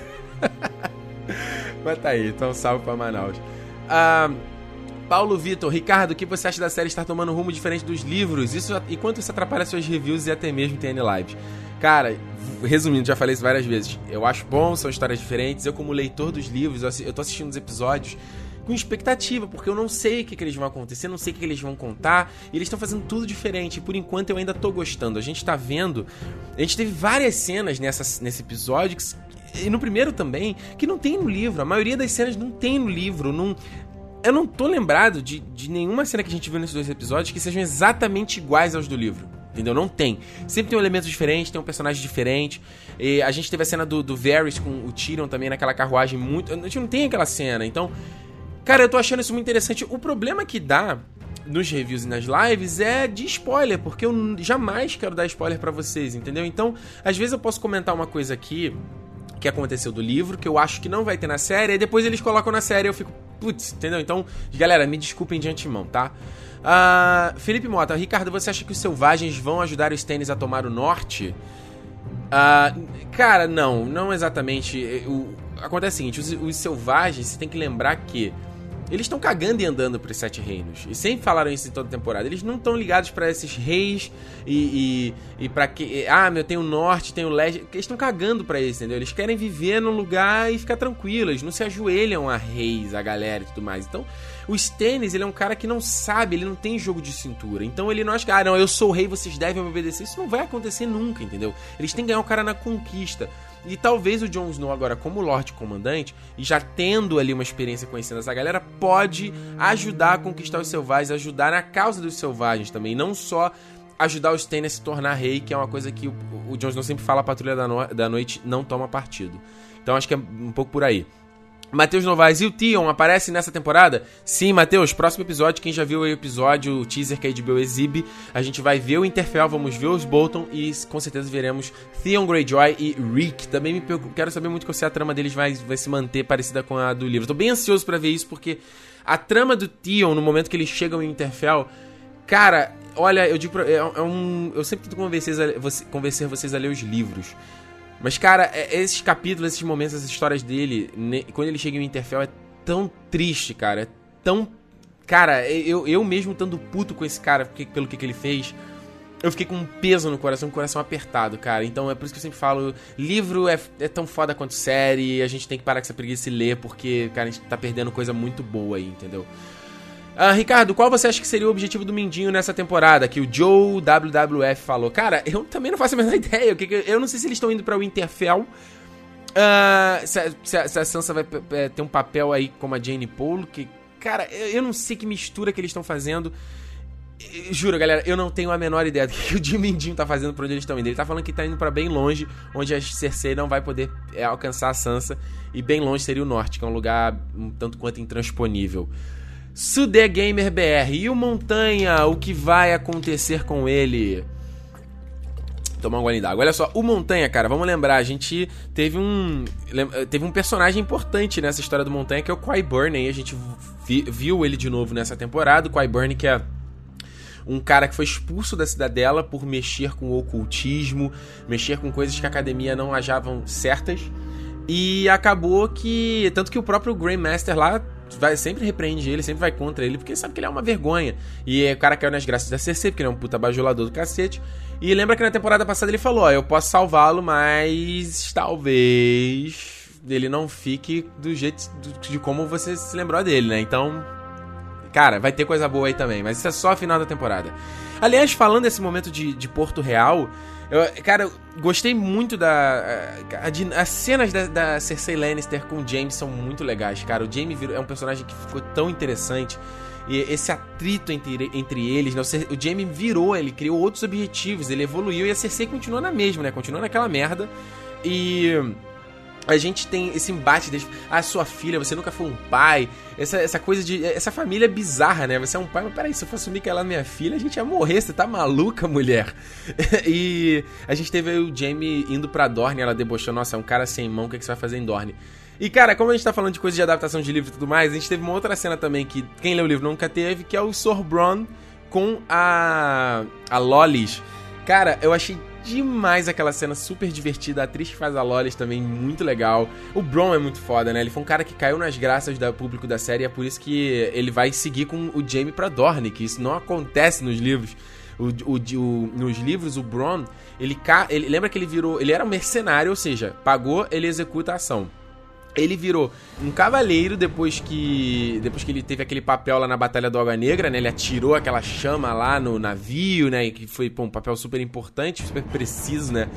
Mas tá aí, então um salve pra Manaus. Paulo Vitor, Ricardo, o que você acha da série estar tomando um rumo diferente dos livros? E quanto isso atrapalha suas reviews e até mesmo TN Lives? Cara, resumindo, já falei isso várias vezes. Eu acho bom, são histórias diferentes. Eu, como leitor dos livros, eu tô assistindo os episódios com expectativa, porque eu não sei o que eles vão acontecer, não sei o que eles vão contar, e eles estão fazendo tudo diferente, e por enquanto eu ainda tô gostando. A gente tá vendo, a gente teve várias cenas nesse episódio, e no primeiro também, que não tem no livro. A maioria das cenas não tem no livro, eu não tô lembrado de nenhuma cena que a gente viu nesses 2 episódios que sejam exatamente iguais aos do livro. Entendeu? Não tem. Sempre tem um elemento diferente, tem um personagem diferente. E a gente teve a cena do Varys com o Tyrion também naquela carruagem muito... A gente não tem aquela cena, então... Cara, eu tô achando isso muito interessante. O problema que dá nos reviews e nas lives é de spoiler, porque eu jamais quero dar spoiler pra vocês, entendeu? Então, às vezes eu posso comentar uma coisa aqui que aconteceu do livro, que eu acho que não vai ter na série, e depois eles colocam na série e eu fico... Putz, entendeu? Então, galera, me desculpem de antemão, tá? Felipe Mota, Ricardo, você acha que os selvagens vão ajudar os Stannis a tomar o norte? Cara, não exatamente. Acontece o seguinte, os selvagens, você tem que lembrar que eles estão cagando e andando pros 7 reinos. E sempre falaram isso em toda a temporada. Eles não estão ligados pra esses reis e pra que... tem o norte, tem o leste. Eles estão cagando pra isso, entendeu? Eles querem viver num lugar e ficar tranquilos. Eles não se ajoelham a reis, a galera e tudo mais. Então, o Stannis, ele é um cara que não sabe, ele não tem jogo de cintura. Então, ele não acha que, eu sou o rei, vocês devem me obedecer. Isso não vai acontecer nunca, entendeu? Eles têm que ganhar o cara na conquista. E talvez o Jon Snow agora, como Lorde Comandante, e já tendo ali uma experiência conhecendo essa galera, pode ajudar a conquistar os selvagens, ajudar na causa dos selvagens também, não só ajudar o Stannis a se tornar rei, que é uma coisa que o Jon Snow sempre fala, a Patrulha da Noite não toma partido. Então acho que é um pouco por aí. Matheus Novaes, e o Theon aparece nessa temporada? Sim, Matheus, próximo episódio, quem já viu o episódio, o teaser que a HBO exibe, a gente vai ver o Interfell, vamos ver os Bolton e com certeza veremos Theon Greyjoy e Rick. Também quero saber muito se a trama deles vai se manter parecida com a do livro. Tô bem ansioso pra ver isso, porque a trama do Theon, no momento que eles chegam em Interfell, cara, olha, eu digo eu sempre tento convencer vocês a ler os livros. Mas, cara, esses capítulos, esses momentos, essas histórias dele, quando ele chega em Winterfell, é tão triste, cara. É tão... Cara, eu mesmo estando puto com esse cara pelo que ele fez, eu fiquei com um peso no coração, com o coração apertado, cara. Então é por isso que eu sempre falo, livro é tão foda quanto série, a gente tem que parar com essa preguiça e ler, porque, cara, a gente tá perdendo coisa muito boa aí, entendeu? Ricardo, qual você acha que seria o objetivo do Mindinho nessa temporada? Que o Joe WWF falou. Cara, eu também não faço a menor ideia. Eu não sei se eles estão indo pra Winterfell. Se a Sansa vai ter um papel aí como a Jane Paul. Que, cara, eu não sei que mistura que eles estão fazendo. Juro, galera, eu não tenho a menor ideia do que o Jim Mindinho tá fazendo, pra onde eles estão indo. Ele tá falando que tá indo pra bem longe, onde a Cersei não vai poder alcançar a Sansa. E bem longe seria o norte, que é um lugar um tanto quanto intransponível. Sudê Gamer BR, e o Montanha, o que vai acontecer com ele? Tomar um golinho d'água. Olha só, o Montanha, cara, vamos lembrar, a gente teve um personagem importante nessa história do Montanha, que é o Qyburn, aí a gente viu ele de novo nessa temporada. O Qyburn, que é um cara que foi expulso da cidadela por mexer com o ocultismo, mexer com coisas que a academia não achavam certas, e acabou que, tanto que o próprio Grandmaster lá sempre repreende ele, sempre vai contra ele, porque sabe que ele é uma vergonha. E o cara caiu nas graças da Cersei, porque ele é um puta bajulador do cacete. E lembra que na temporada passada ele falou, eu posso salvá-lo, mas talvez ele não fique do jeito de como você se lembrou dele, né? Então, cara, vai ter coisa boa aí também, mas isso é só a final da temporada. Aliás, falando desse momento de Porto Real, cara, eu gostei muito as cenas da Cersei Lannister com o Jaime são muito legais, cara. O Jaime é um personagem que ficou tão interessante. E esse atrito entre eles, né? O Jaime ele criou outros objetivos, ele evoluiu, e a Cersei continua na mesma, né? Continua naquela merda. E a gente tem esse embate deles. Sua filha, você nunca foi um pai. Essa coisa de... Essa família é bizarra, né? Você é um pai, mas peraí, se eu fosse assumir que ela é minha filha, a gente ia morrer. Você tá maluca, mulher? E a gente teve aí o Jaime indo pra Dorne, ela debochou, nossa, é um cara sem mão, o que você vai fazer em Dorne? E, cara, como a gente tá falando de coisa de adaptação de livro e tudo mais, a gente teve uma outra cena também que quem lê o livro nunca teve, que é o Sor Bronn com a Lolis. Cara, eu achei demais aquela cena, super divertida. A atriz que faz a Lolis também, muito legal. O Bronn é muito foda, né? Ele foi um cara que caiu nas graças do público da série, e é por isso que ele vai seguir com o Jaime pra Dorne, que isso não acontece nos livros. Nos livros, o Bronn, ele lembra que ele era um mercenário, ou seja, pagou, ele executa a ação. Ele virou um cavaleiro depois que ele teve aquele papel lá na Batalha do Água Negra, né? Ele atirou aquela chama lá no navio, né? E que foi um papel super importante, super preciso, né?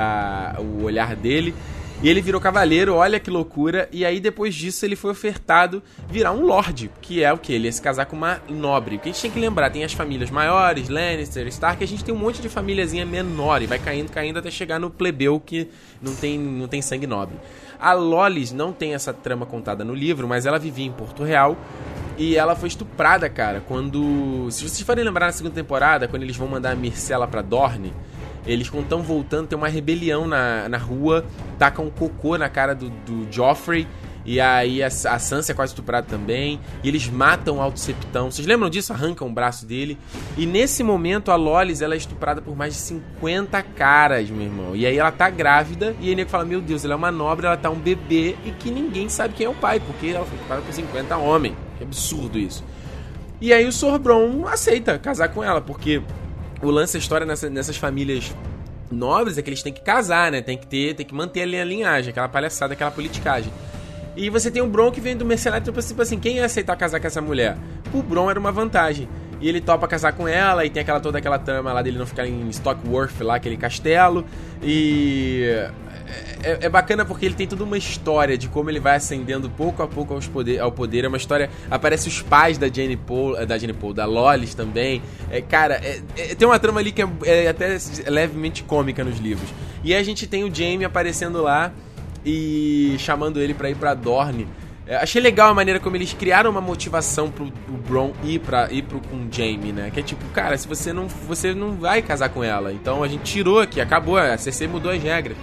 O olhar dele. E ele virou cavaleiro, olha que loucura. E aí, depois disso, ele foi ofertado virar um lorde, que é o que? Ele ia se casar com uma nobre. Porque a gente tem que lembrar, tem as famílias maiores, Lannister, Stark, a gente tem um monte de famíliazinha menor e vai caindo até chegar no plebeu que não tem sangue nobre. A Lolis não tem essa trama contada no livro, mas ela vivia em Porto Real e ela foi estuprada, cara, quando... Se vocês forem lembrar na segunda temporada, quando eles vão mandar a Myrcella pra Dorne, eles, quando estão voltando, tem uma rebelião na rua, tacam um cocô na cara do Joffrey, e aí a Sansa é quase estuprada também, e eles matam o Alto Septão. Vocês lembram disso? Arrancam o braço dele. E nesse momento a Lolis, ela é estuprada por mais de 50 caras, meu irmão. E aí ela tá grávida, e aí o nego fala, meu Deus, ela é uma nobre, ela tá um bebê, e que ninguém sabe quem é o pai, porque ela foi estuprada por 50 homens. Que absurdo isso. E aí o Sor Bronn aceita casar com ela, porque o lance da história nessas famílias nobres é que eles têm que casar, né? Tem que manter ali a linhagem, aquela palhaçada, aquela politicagem. E você tem o Bronn que vem do mercenário, tipo assim, quem ia aceitar casar com essa mulher? O Bronn era uma vantagem. E ele topa casar com ela, e tem toda aquela trama lá dele não ficar em Stockworth, lá, aquele castelo. E é bacana porque ele tem toda uma história de como ele vai ascendendo pouco a pouco ao poder. É uma história... Aparece os pais da da Lolis também. Tem uma trama ali que é até levemente cômica nos livros. E aí a gente tem o Jaime aparecendo lá e chamando ele pra ir pra Dorne. Achei legal a maneira como eles criaram uma motivação pro Bronn ir com o Jaime, né? Que é tipo, cara, se você não vai casar com ela. Então a gente tirou aqui, acabou, a Cersei mudou as regras.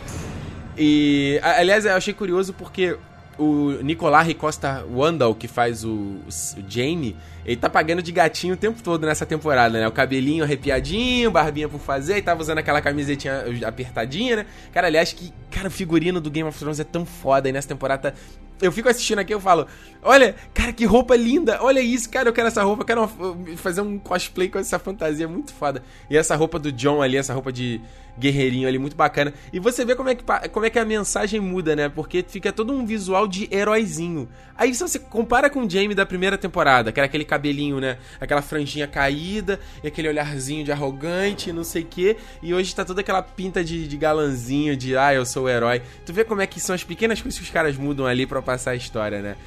E, aliás, eu achei curioso porque o Nicolás Ricosta Wandal, que faz o Jaime, ele tá pagando de gatinho o tempo todo nessa temporada, né? O cabelinho arrepiadinho, barbinha por fazer, e tava usando aquela camisetinha apertadinha, né? Cara, aliás, o figurino do Game of Thrones é tão foda, e nessa temporada... Eu fico assistindo aqui e eu falo, olha, cara, que roupa linda, olha isso, cara, eu quero essa roupa, eu quero fazer um cosplay com essa fantasia, muito foda. E essa roupa do Jon ali, essa roupa de guerreirinho ali, muito bacana. E você vê como é que a mensagem muda, né? Porque fica todo um visual de heróizinho. Aí se você compara com o Jaime da primeira temporada, que era aquele cabelinho, né? Aquela franjinha caída, e aquele olharzinho de arrogante, não sei o quê. E hoje tá toda aquela pinta de galanzinho, de eu sou o herói. Tu vê como é que são as pequenas coisas que os caras mudam ali pra passar a história, né?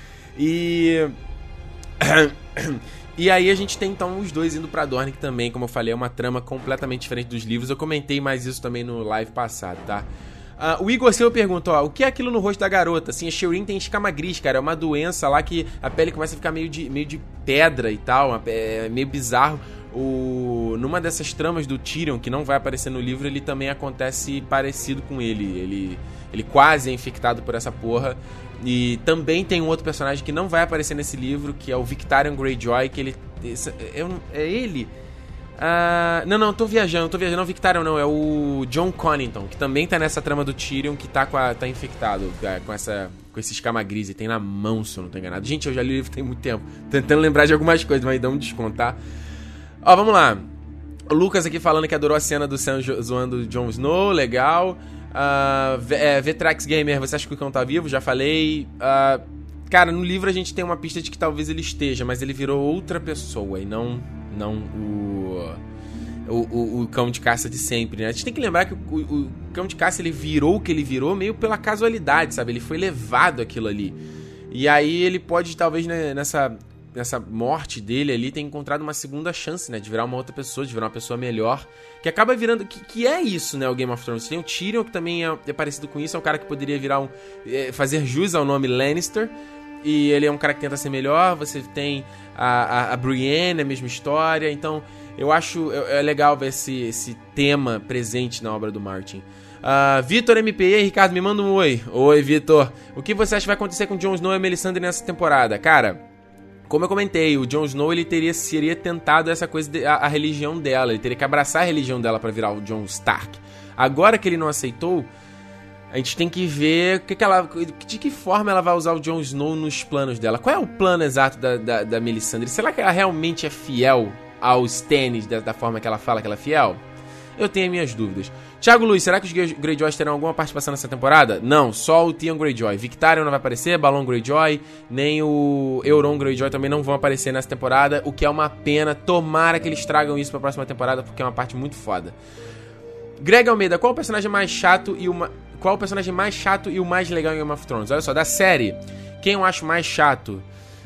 E aí a gente tem então os dois indo pra Dorne, que também, como eu falei, é uma trama completamente diferente dos livros. Eu comentei mais isso também no live passado, tá? O Igor Silva pergunta, o que é aquilo no rosto da garota? Assim, a Shireen tem escama gris, cara, é uma doença lá que a pele começa a ficar meio de pedra e tal, é meio bizarro. numa dessas tramas do Tyrion, que não vai aparecer no livro, ele também acontece parecido com ele. Ele quase é infectado por essa porra. E também tem um outro personagem que não vai aparecer nesse livro, que é o Victarion Greyjoy, que ele... É ele? Não, tô viajando, não, Victarion não, é o Jon Connington, que também tá nessa trama do Tyrion, que tá infectado com esse escama grise, tem na mão, se eu não tô enganado. Gente, eu já li o livro tem muito tempo, tentando lembrar de algumas coisas, mas dá um desconto, tá? Ó, vamos lá. O Lucas aqui falando que adorou a cena do Sam zoando o Jon Snow, legal. Vetrax Gamer, você acha que o cão tá vivo? Já falei. Cara, no livro a gente tem uma pista de que talvez ele esteja, mas ele virou outra pessoa e não o cão de caça de sempre, né? A gente tem que lembrar que o cão de caça, ele virou o que ele virou meio pela casualidade, sabe? Ele foi levado aquilo ali. E aí ele pode, talvez, né, nessa morte dele ali, ter encontrado uma segunda chance, né? De virar uma outra pessoa, de virar uma pessoa melhor. Que acaba virando... Que é isso, né? O Game of Thrones. Tem o Tyrion, que também é parecido com isso. É um cara que poderia virar fazer jus ao nome Lannister. E ele é um cara que tenta ser melhor. Você tem a Brienne, a mesma história. Então, eu acho legal ver esse tema presente na obra do Martin. Vitor MPE, Ricardo, me manda um oi. Oi, Vitor. O que você acha que vai acontecer com Jon Snow e Melisandre nessa temporada? Cara, como eu comentei, o Jon Snow ele seria tentado essa coisa, a religião dela. Ele teria que abraçar a religião dela pra virar o Jon Stark. Agora que ele não aceitou, a gente tem que ver de que forma ela vai usar o Jon Snow nos planos dela. Qual é o plano exato da Melisandre? Será que ela realmente é fiel aos Stannis da forma que ela fala que ela é fiel? Eu tenho minhas dúvidas. Thiago Luiz, será que os Greyjoys terão alguma participação nessa temporada? Não, só o Theon Greyjoy. Victarion não vai aparecer, Balon Greyjoy, nem o Euron Greyjoy também não vão aparecer nessa temporada, o que é uma pena. Tomara que eles tragam isso pra próxima temporada, porque é uma parte muito foda. Greg Almeida, qual o personagem mais chato e o mais legal em Game of Thrones? Olha só, da série, quem eu acho mais chato?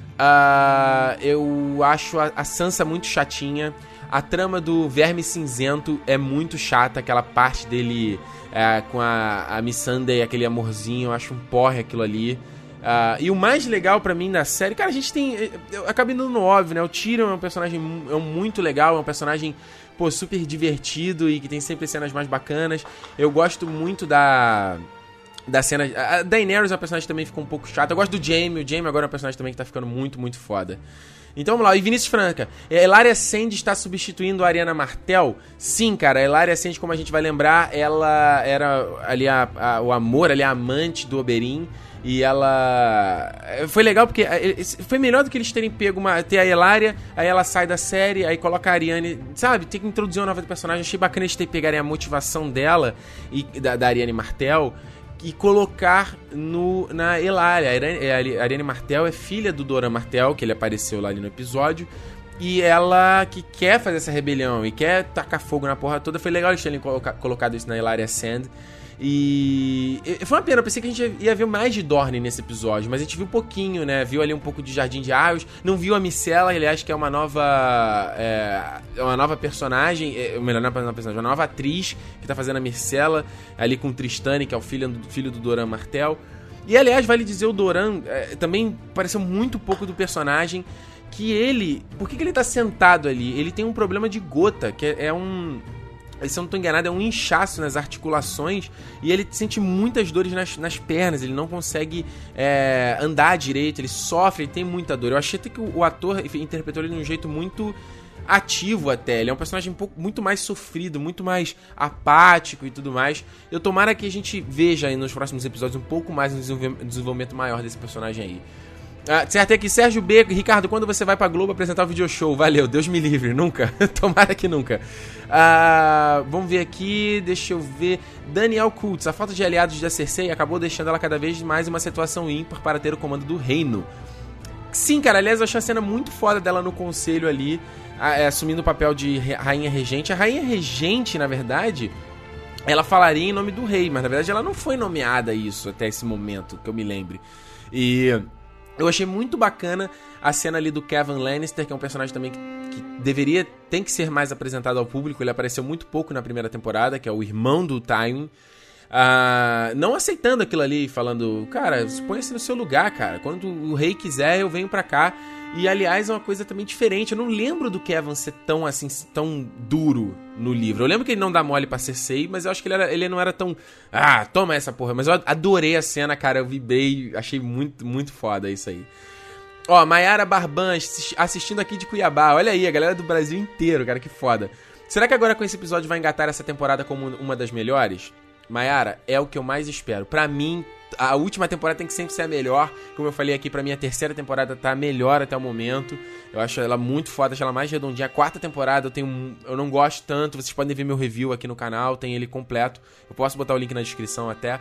Eu acho a Sansa muito chatinha. A trama do Verme Cinzento é muito chata, aquela parte dele com a Missandei, aquele amorzinho, eu acho um porre aquilo ali. E o mais legal pra mim na série, cara, a gente tem... Eu acabei indo no óbvio, né? O Tyrion é um personagem muito legal, é um personagem, pô, super divertido e que tem sempre cenas mais bacanas. Eu gosto muito da cena... A Daenerys é uma personagem que também ficou um pouco chata. Eu gosto do Jaime, o Jaime agora é um personagem também que tá ficando muito, muito foda. Então vamos lá, e Vinícius Franca, Ellaria Sand está substituindo a Ariana Martell? Sim, cara, a Ellaria Sand, como a gente vai lembrar, ela era ali o amor, ali a amante do Oberyn. E ela... Foi legal porque foi melhor do que eles terem pego ter a Ellaria, aí ela sai da série, aí coloca a Ariane, sabe? Tem que introduzir uma nova personagem. Achei bacana eles pegarem a motivação dela da Ariane Martell e colocar na Ellaria. A Ariane Martell é filha do Doran Martell, que ele apareceu lá ali no episódio. E ela que quer fazer essa rebelião e quer tacar fogo na porra toda. Foi legal eles terem colocado isso na Ellaria Sand. E foi uma pena, eu pensei que a gente ia ver mais de Dorne nesse episódio, mas a gente viu um pouquinho, né? Viu ali um pouco de Jardim de Arraios, não viu a Micella, aliás, que é uma nova personagem, melhor, não é uma personagem, uma nova atriz que tá fazendo a Micella, ali com o Tristane, que é o filho do Doran Martell. E, aliás, vale dizer, o Doran também pareceu muito pouco do personagem, que ele... Por que ele tá sentado ali? Ele tem um problema de gota, que se eu não tô enganado, é um inchaço nas articulações e ele sente muitas dores nas pernas, ele não consegue andar direito, ele sofre, ele tem muita dor. Eu achei até que o ator interpretou ele de um jeito muito ativo até, ele é um personagem muito mais sofrido, muito mais apático e tudo mais. Eu tomara que a gente veja aí nos próximos episódios um pouco mais um desenvolvimento maior desse personagem aí. Certo, aqui, Sérgio B. Ricardo, quando você vai pra Globo apresentar o video show? Valeu, Deus me livre, nunca. Tomara que nunca. Vamos ver aqui, deixa eu ver. Daniel Kultz, a falta de aliados da Cersei acabou deixando ela cada vez mais em uma situação ímpar para ter o comando do reino. Sim, cara, aliás, eu achei a cena muito foda dela no conselho ali, assumindo o papel de rainha regente. A rainha regente, na verdade, ela falaria em nome do rei, mas na verdade ela não foi nomeada isso até esse momento, que eu me lembre. E... eu achei muito bacana a cena ali do Kevan Lannister, que é um personagem também que tem que ser mais apresentado ao público. Ele apareceu muito pouco na primeira temporada, que é o irmão do Tywin. Não aceitando aquilo ali, falando, cara, põe-se no seu lugar, cara. Quando o rei quiser, eu venho pra cá. E, aliás, é uma coisa também diferente. Eu não lembro do Kevan ser tão, assim, tão duro no livro. Eu lembro que ele não dá mole pra Cersei, mas eu acho que ele não era tão... Ah, toma essa porra. Mas eu adorei a cena, cara. Eu vibrei, achei muito, muito foda isso aí. Ó, Maiara Barban assistindo aqui de Cuiabá. Olha aí, a galera do Brasil inteiro, cara, que foda. Será que agora com esse episódio vai engatar essa temporada como uma das melhores? Maiara, é o que eu mais espero. Pra mim, a última temporada tem que sempre ser a melhor. Como eu falei aqui, pra mim a terceira temporada tá melhor até o momento. Eu acho ela muito foda, acho ela mais redondinha. A quarta temporada eu não gosto tanto. Vocês podem ver meu review aqui no canal, tem ele completo. Eu posso botar o link na descrição até.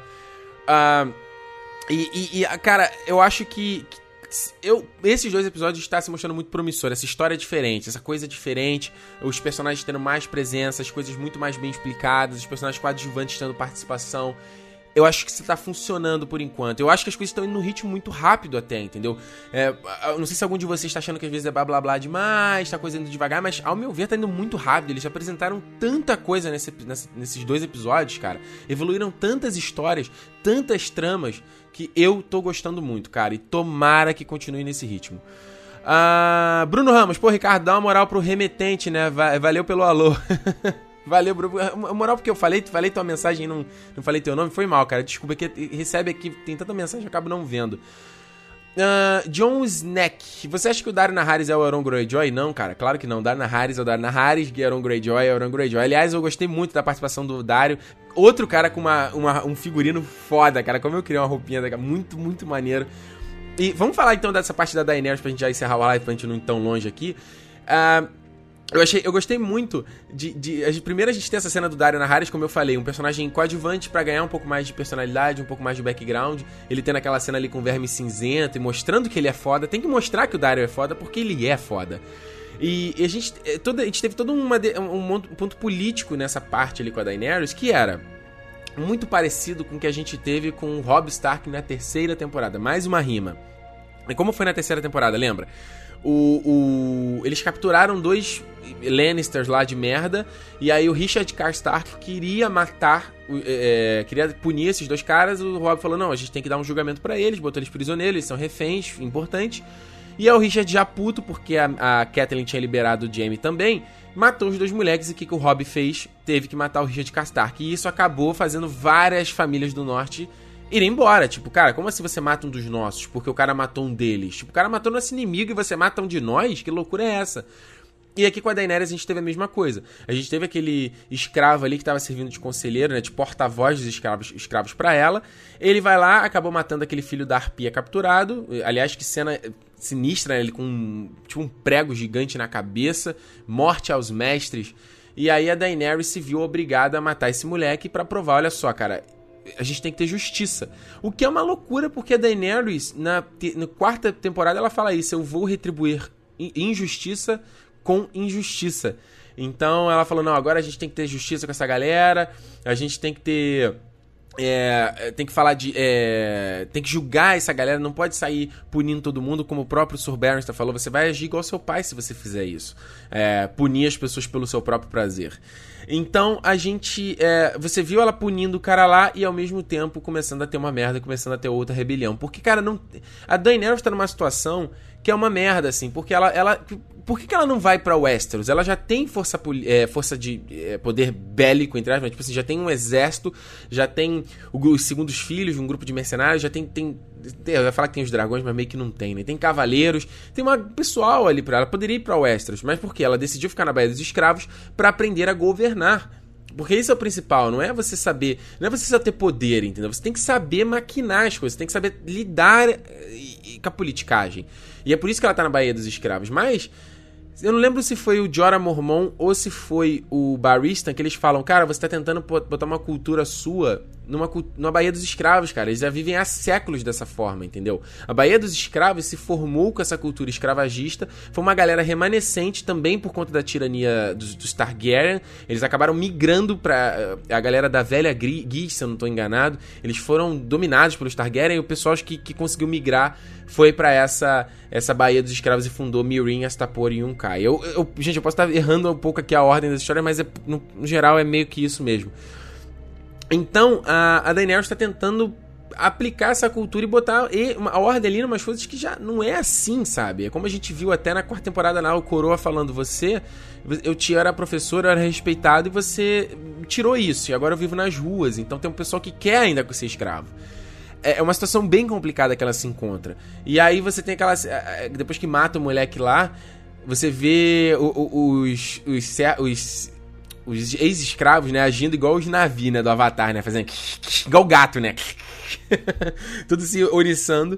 Cara, eu acho que esses 2 episódios estão se mostrando muito promissor. Essa história é diferente, essa coisa é diferente. Os personagens tendo mais presença, as coisas muito mais bem explicadas, os personagens coadjuvantes tendo participação. Eu acho que isso tá funcionando por enquanto. Eu acho que as coisas estão indo num ritmo muito rápido até, entendeu? Não sei se algum de vocês tá achando que às vezes é blá blá blá demais, tá coisa indo devagar, mas ao meu ver tá indo muito rápido. Eles apresentaram tanta coisa nesses 2 episódios, cara. Evoluíram tantas histórias, tantas tramas, que eu tô gostando muito, cara. E tomara que continue nesse ritmo. Bruno Ramos, pô, Ricardo, dá uma moral pro remetente, né? Valeu pelo alô. Valeu, Bruno. Moral porque eu falei tua mensagem e não falei teu nome, foi mal, cara. Desculpa, que recebe aqui, tem tanta mensagem que eu acabo não vendo. John Snack, você acha que o Dario Naharis é o Euron Greyjoy? Não, cara, claro que não. Dario Naharis é o Dario Naharis, Euron Greyjoy é o Euron Greyjoy. Aliás, eu gostei muito da participação do Dario. Outro cara com um figurino foda, cara. Como eu criei uma roupinha, muito, muito maneiro. E vamos falar então dessa parte da Daenerys pra gente já encerrar o live, pra gente não ir tão longe aqui. Eu gostei muito primeiro a gente tem essa cena do Dario Naharis, como eu falei, um personagem coadjuvante pra ganhar um pouco mais de personalidade, um pouco mais de background. Ele tendo aquela cena ali com o Verme Cinzento e mostrando que ele é foda. Tem que mostrar que o Dario é foda, porque ele é foda. E a gente teve todo um ponto político nessa parte ali com a Daenerys, que era muito parecido com o que a gente teve com o Robb Stark na terceira temporada. Mais uma rima. E como foi na terceira temporada, lembra? Eles capturaram 2 Lannisters lá de merda. E aí o Richard Karstark queria matar, queria punir esses 2 caras. O Robb falou, não, a gente tem que dar um julgamento pra eles. Botou eles prisioneiros, eles são reféns, importante. E aí o Richard já puto, porque a Catelyn tinha liberado o Jaime também, matou os 2 moleques. E o que o Robb fez? Teve que matar o Richard Karstark. E isso acabou fazendo várias famílias do norte irem embora. Tipo, cara, como assim você mata um dos nossos? Porque o cara matou um deles. Tipo, o cara matou nosso inimigo e você mata um de nós? Que loucura é essa? E aqui com a Daenerys a gente teve a mesma coisa. A gente teve aquele escravo ali que tava servindo de conselheiro, né, de porta-voz dos escravos pra ela. Ele vai lá, acabou matando aquele filho da Arpia capturado. Aliás, que cena sinistra, né? Ele com tipo um prego gigante na cabeça. Morte aos mestres. E aí a Daenerys se viu obrigada a matar esse moleque pra provar, olha só, cara, a gente tem que ter justiça. O que é uma loucura, porque a Daenerys, na 4ª temporada, ela fala isso: eu vou retribuir injustiça com injustiça. Então ela falou, não, agora a gente tem que ter justiça com essa galera, a gente tem que ter... tem que falar de... tem que julgar essa galera, não pode sair punindo todo mundo, como o próprio Sir Barristan falou, você vai agir igual seu pai se você fizer isso. Punir as pessoas pelo seu próprio prazer. Então a gente... você viu ela punindo o cara lá e ao mesmo tempo começando a ter uma merda, começando a ter outra rebelião. Porque, cara, não... a Daenerys tá numa situação que é uma merda, assim, porque ela por que ela não vai pra Westeros? Ela já tem força de poder bélico, entre aspas, tipo assim, já tem um exército, já tem os segundos filhos, um grupo de mercenários, já tem eu ia falar que tem os dragões, mas meio que não tem, né? Tem cavaleiros, tem um pessoal ali pra ela, poderia ir pra Westeros, mas por quê? Ela decidiu ficar na Baía dos Escravos pra aprender a governar. Porque isso é o principal, não é você saber, não é você só ter poder, entendeu? Você tem que saber maquinar as coisas, você tem que saber lidar com a politicagem. E é por isso que ela tá na Baía dos Escravos. Mas eu não lembro se foi o Jorah Mormont ou se foi o Barristan que eles falam, cara, você tá tentando botar uma cultura sua numa Baía dos Escravos, cara. Eles já vivem há séculos dessa forma, entendeu? A Baía dos Escravos se formou com essa cultura escravagista. Foi uma galera remanescente também por conta da tirania dos Targaryen. Eles acabaram migrando pra a galera da velha Guise, se eu não tô enganado. Eles foram dominados pelos Targaryen e o pessoal que conseguiu migrar foi pra essa Baía dos Escravos e fundou Meereen, Astapor e Yunkai. Gente, eu posso estar errando um pouco aqui a ordem dessa história, mas no geral é meio que isso mesmo. Então, a Daenerys está tentando aplicar essa cultura e botar a ordem ali em umas coisas que já não é assim, sabe? É como a gente viu até na 4ª temporada lá, o Coroa falando, eu era professor, eu era respeitado e você tirou isso, e agora eu vivo nas ruas, então tem um pessoal que quer ainda ser escravo. É uma situação bem complicada que ela se encontra. E aí você tem aquela... Depois que mata o moleque lá, você vê os ex-escravos, né, agindo igual os Na'vi, né, do Avatar, né, fazendo igual gato, né, tudo se oriçando,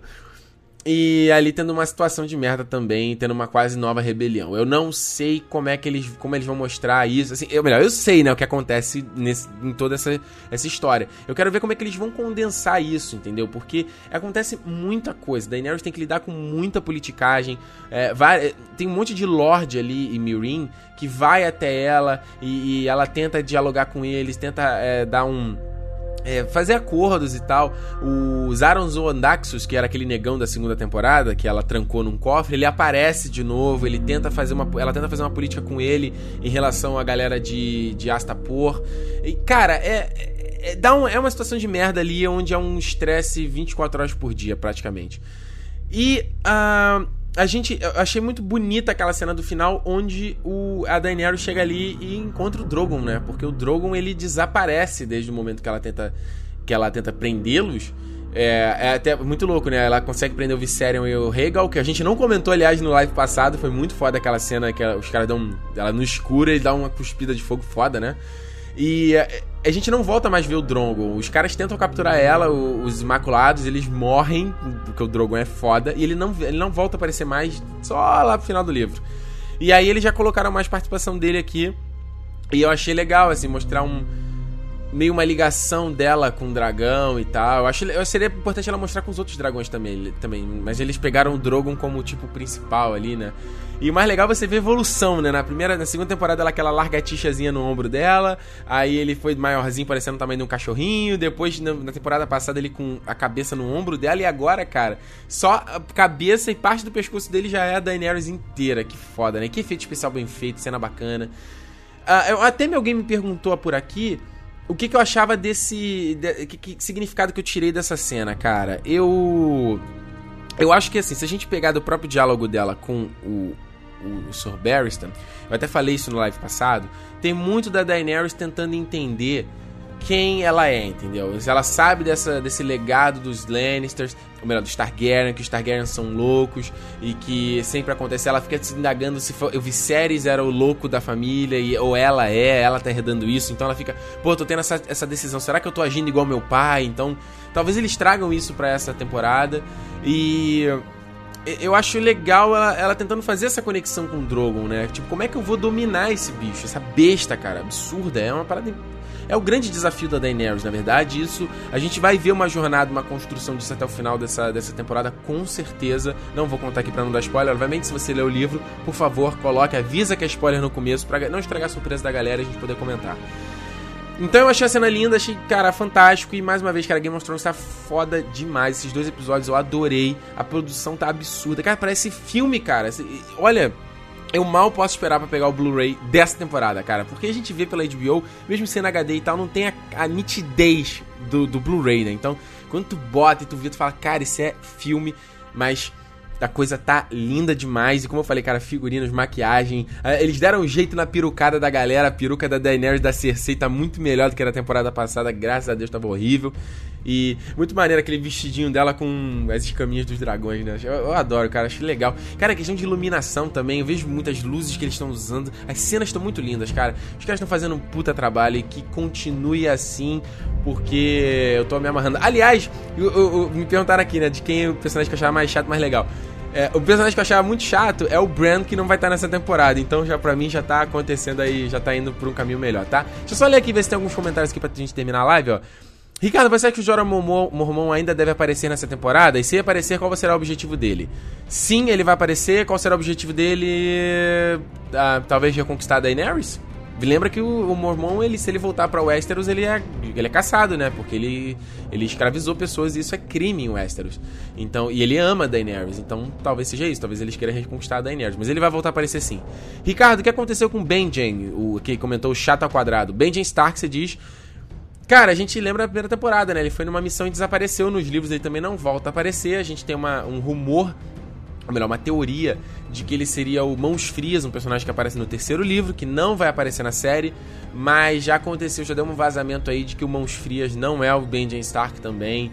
e ali tendo uma situação de merda também, tendo uma quase nova rebelião. Eu não sei como eles vão mostrar isso, assim, eu sei, né, o que acontece em toda essa história. Eu quero ver como é que eles vão condensar isso, entendeu? Porque acontece muita coisa. Daenerys tem que lidar com muita politicagem, tem um monte de lorde ali em Meereen que vai até ela e ela tenta dialogar com eles, tenta dar fazer acordos e tal. O Zaron Zondaxus, que era aquele negão da 2ª temporada, que ela trancou num cofre, ele aparece de novo, ela tenta fazer uma política com ele em relação à galera de Astapor. E, cara, é uma situação de merda ali, onde é um estresse 24 horas por dia, praticamente. E eu achei muito bonita aquela cena do final, onde a Daenerys chega ali e encontra o Drogon, né? Porque o Drogon, ele desaparece desde o momento que ela tenta prendê-los. É até muito louco, né? Ela consegue prender o Viserion e o Rhaegal, que a gente não comentou, aliás, no live passado. Foi muito foda aquela cena que os caras dão... Ela no escuro e dá uma cuspida de fogo foda, né? E a gente não volta mais ver o Drogon. Os caras tentam capturar ela, os Imaculados, eles morrem, porque o Drogon é foda, e ele não volta a aparecer mais, só lá pro final do livro. E aí eles já colocaram mais participação dele aqui, e eu achei legal, assim, mostrar meio uma ligação dela com o dragão e tal. Seria importante ela mostrar com os outros dragões também, mas eles pegaram o Drogon como o tipo principal ali, né? E o mais legal é você ver a evolução, né? Na 2ª temporada, aquela largatichazinha no ombro dela, aí ele foi maiorzinho, parecendo o tamanho de um cachorrinho, depois, na temporada passada, ele com a cabeça no ombro dela, e agora, cara, só a cabeça e parte do pescoço dele já é a Daenerys inteira. Que foda, né? Que efeito especial bem feito, cena bacana. Até alguém me perguntou por aqui o que eu achava que significado que eu tirei dessa cena, cara. Eu acho que, assim, se a gente pegar do próprio diálogo dela com o Sir Barristan, eu até falei isso no live passado, tem muito da Daenerys tentando entender quem ela é, entendeu? Ela sabe desse legado dos Lannisters, ou melhor, dos Targaryen, que os Targaryen são loucos e que sempre acontece. Ela fica se indagando se o Viserys era o louco da família ou ela tá herdando isso. Então ela fica, pô, tô tendo essa decisão, será que eu tô agindo igual meu pai? Então talvez eles tragam isso pra essa temporada. E eu acho legal ela tentando fazer essa conexão com o Drogon, né? Tipo, como é que eu vou dominar esse bicho, essa besta, cara, absurda. É uma parada... É o grande desafio da Daenerys, na verdade. Isso, a gente vai ver uma jornada, uma construção disso até o final dessa temporada, com certeza. Não vou contar aqui pra não dar spoiler. Obviamente, se você ler o livro, por favor, avisa que é spoiler no começo, pra não estragar a surpresa da galera e a gente poder comentar. Então eu achei a cena linda, achei, cara, fantástico. E mais uma vez, cara, Game of Thrones tá foda demais. Esses 2 episódios eu adorei. A produção tá absurda. Cara, parece filme, cara. Olha... Eu mal posso esperar pra pegar o Blu-ray dessa temporada, cara. Porque a gente vê pela HBO, mesmo sendo HD e tal, não tem a nitidez do Blu-ray, né? Então, quando tu bota e tu vê, tu fala, cara, isso é filme, mas a coisa tá linda demais. E como eu falei, cara, figurinos, maquiagem, eles deram um jeito na perucada da galera. A peruca da Daenerys e da Cersei tá muito melhor do que na temporada passada. Graças a Deus, tava horrível. E muito maneiro aquele vestidinho dela com as escaminhas dos dragões, né? Eu adoro, cara, acho legal. Cara, a questão de iluminação também, eu vejo muitas luzes que eles estão usando. As cenas estão muito lindas, cara. Os caras estão fazendo um puta trabalho e que continue assim, porque eu tô me amarrando. Aliás, me perguntaram aqui, né, de quem é o personagem que eu achava mais chato, mais legal. O personagem que eu achava muito chato é o Bran, que não vai estar nessa temporada. Então, já pra mim, já tá acontecendo aí, já tá indo por um caminho melhor, tá? Deixa eu só ler aqui, ver se tem alguns comentários aqui pra gente terminar a live, ó. Ricardo, você acha que o Jorah Mormont ainda deve aparecer nessa temporada? E se aparecer, qual será o objetivo dele? Sim, ele vai aparecer. Qual será o objetivo dele? Talvez reconquistar a Daenerys? Lembra que o Mormont, se ele voltar pra Westeros, ele é caçado, né? Porque ele escravizou pessoas e isso é crime em Westeros. Então, e ele ama a Daenerys, então talvez seja isso. Talvez eles queiram reconquistar a Daenerys, mas ele vai voltar a aparecer sim. Ricardo, o que aconteceu com Benjen? O que comentou o chato ao quadrado. Benjen Stark, você diz... Cara, a gente lembra da primeira temporada, né? Ele foi numa missão e desapareceu. Nos livros ele também não volta a aparecer. A gente tem um rumor, ou melhor, uma teoria de que ele seria o Mãos Frias, um personagem que aparece no terceiro livro, que não vai aparecer na série, mas já aconteceu, já deu um vazamento aí de que o Mãos Frias não é o Benjen Stark também.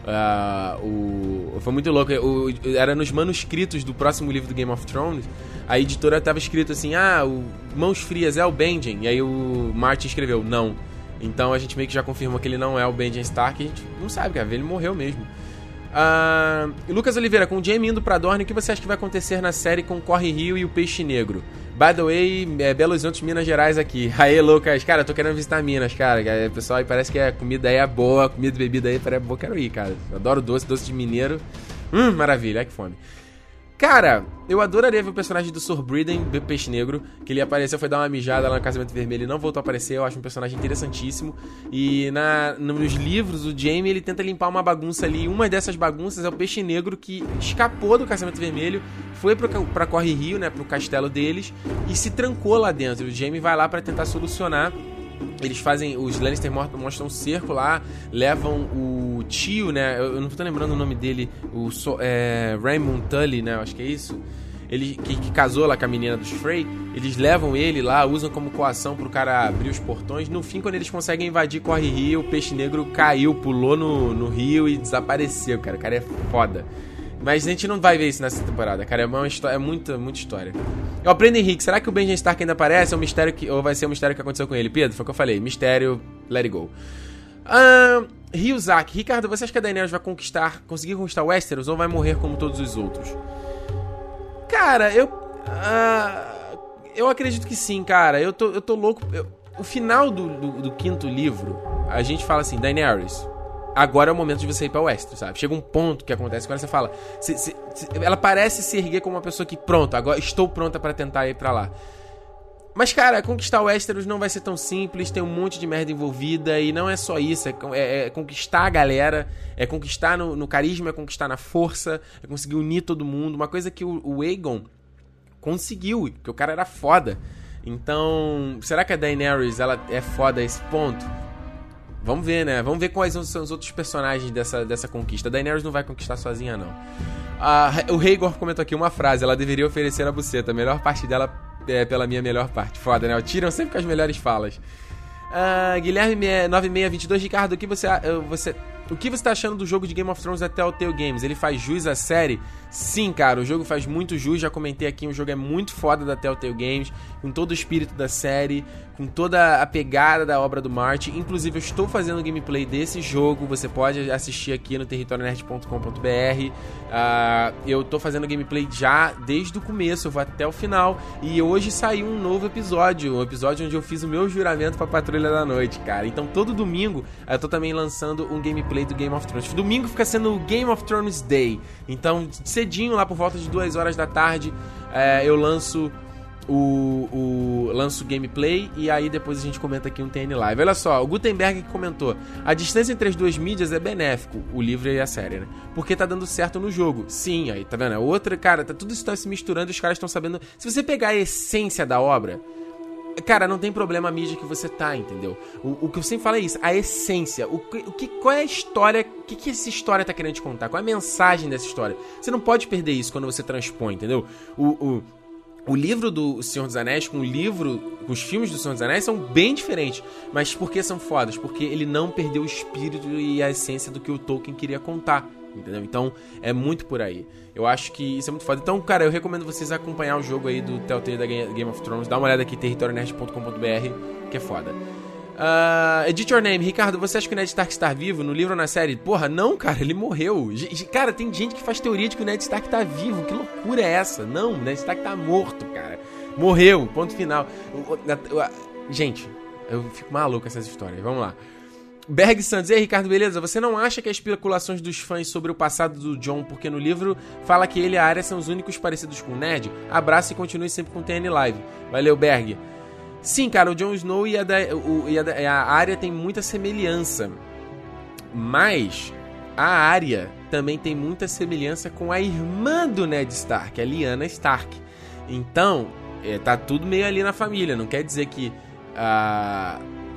Foi muito louco. Era nos manuscritos do próximo livro do Game of Thrones. A editora tava escrito assim: o Mãos Frias é o Benjen. E aí o Martin escreveu, não. Então a gente meio que já confirmou que ele não é o Benjen Stark. A gente não sabe, cara, ele morreu mesmo. Lucas Oliveira, com o Jaime indo pra Dorne, o que você acha que vai acontecer na série com Corre Rio e o Peixe Negro? By the way, Belo Horizonte, Minas Gerais aqui. Aê, Lucas, cara, eu tô querendo visitar Minas, cara. Pessoal, aí parece que a comida aí é boa, a comida e bebida aí parece boa, quero ir, cara. Eu adoro doce de mineiro. Maravilha, ai que fome. Cara, eu adoraria ver o personagem do Sir Briden, Peixe Negro, que ele apareceu, foi dar uma mijada lá no Casamento Vermelho e não voltou a aparecer. Eu acho um personagem interessantíssimo. E nos livros, o Jaime, ele tenta limpar uma bagunça ali. E uma dessas bagunças é o Peixe Negro, que escapou do Casamento Vermelho, foi pra Corre Rio, né, pro castelo deles, e se trancou lá dentro. O Jaime vai lá pra tentar solucionar. Eles fazem, os Lannister mostram um cerco lá, levam o tio, né, eu não tô lembrando o nome dele, Raymond Tully, né, eu acho que é isso, ele que casou lá com a menina dos Frey. Eles levam ele lá, usam como coação pro cara abrir os portões. No fim, quando eles conseguem invadir Corre Rio, o Peixe Negro caiu, pulou no rio e desapareceu, cara, o cara é foda. Mas a gente não vai ver isso nessa temporada, cara. É uma história, é muita história. Eu aprendo, Henrique. Será que o Benjen Stark ainda aparece? É um mistério ou vai ser um mistério que aconteceu com ele? Pedro, foi o que eu falei. Mistério, let it go. Ryuzaki. Ricardo, você acha que a Daenerys vai conseguir conquistar Westeros ou vai morrer como todos os outros? Cara, eu acredito que sim, cara. Eu tô louco. O final do quinto livro, a gente fala assim, Daenerys, agora é o momento de você ir pra Westeros, sabe? Chega um ponto que acontece quando você fala... ela parece se erguer como uma pessoa que, pronto, agora estou pronta pra tentar ir pra lá. Mas, cara, conquistar Westeros não vai ser tão simples, tem um monte de merda envolvida, e não é só isso, é conquistar a galera, é conquistar no carisma, é conquistar na força, é conseguir unir todo mundo, uma coisa que o Aegon conseguiu, porque o cara era foda. Então, será que a Daenerys, ela é foda a esse ponto? Vamos ver, né? Vamos ver quais são os outros personagens dessa conquista. A Daenerys não vai conquistar sozinha, não. O Rhaegor comentou aqui uma frase: ela deveria oferecer a buceta. A melhor parte dela é pela minha melhor parte. Foda, né? Tiram sempre com as melhores falas. Guilherme 9622, Ricardo, o que você tá achando do jogo de Game of Thrones da Telltale Games? Ele faz jus à série? Sim, cara, o jogo faz muito jus, já comentei aqui, o jogo é muito foda da Telltale Games, com todo o espírito da série, com toda a pegada da obra do Martin. Inclusive, eu estou fazendo gameplay desse jogo, você pode assistir aqui no territorionerd.com.br. Eu tô fazendo gameplay já desde o começo, eu vou até o final, e hoje saiu um novo episódio, um episódio onde eu fiz o meu juramento pra Patrulha da Noite, cara. Então, todo domingo, eu tô também lançando um gameplay do Game of Thrones. Domingo fica sendo o Game of Thrones Day. Então, cedinho, lá por volta de 2 horas da tarde, eu lanço lanço gameplay e aí depois a gente comenta aqui um TN Live. Olha só, o Gutenberg que comentou: a distância entre as duas mídias é benéfico, o livro e a série, né? Porque tá dando certo no jogo. Sim, aí, tá vendo? A outra, cara, tudo isso tá se misturando e os caras estão sabendo. Se você pegar a essência da obra, cara, não tem problema a mídia que você tá, entendeu? O que eu sempre falo é isso, a essência. Qual é a história, o que essa história tá querendo te contar? Qual é a mensagem dessa história? Você não pode perder isso quando você transpõe, entendeu? O livro do Senhor dos Anéis com os filmes do Senhor dos Anéis são bem diferentes. Mas por que são fodas? Porque ele não perdeu o espírito e a essência do que o Tolkien queria contar, entendeu? Então, é muito por aí. Eu acho que isso é muito foda. Então, cara, eu recomendo vocês acompanhar o jogo aí do Telltale da Game of Thrones. Dá uma olhada aqui, territorionerd.com.br, que é foda. Edit Your Name. Ricardo, você acha que o Ned Stark está vivo no livro ou na série? Porra, não, cara, ele morreu. Cara, tem gente que faz teoria de que o Ned Stark tá vivo. Que loucura é essa? Não, o Ned Stark tá morto, cara. Morreu, ponto final. Gente, eu fico maluco com essas histórias. Vamos lá. Berg Santos, e aí, Ricardo, beleza? Você não acha que as especulações dos fãs sobre o passado do Jon, porque no livro fala que ele e a Arya são os únicos parecidos com o Ned? Abraço e continue sempre com o TN Live. Valeu, Berg. Sim, cara, o Jon Snow e a Arya tem muita semelhança. Mas a Arya também tem muita semelhança com a irmã do Ned Stark, a Lyanna Stark. Então, tá tudo meio ali na família. Não quer dizer que a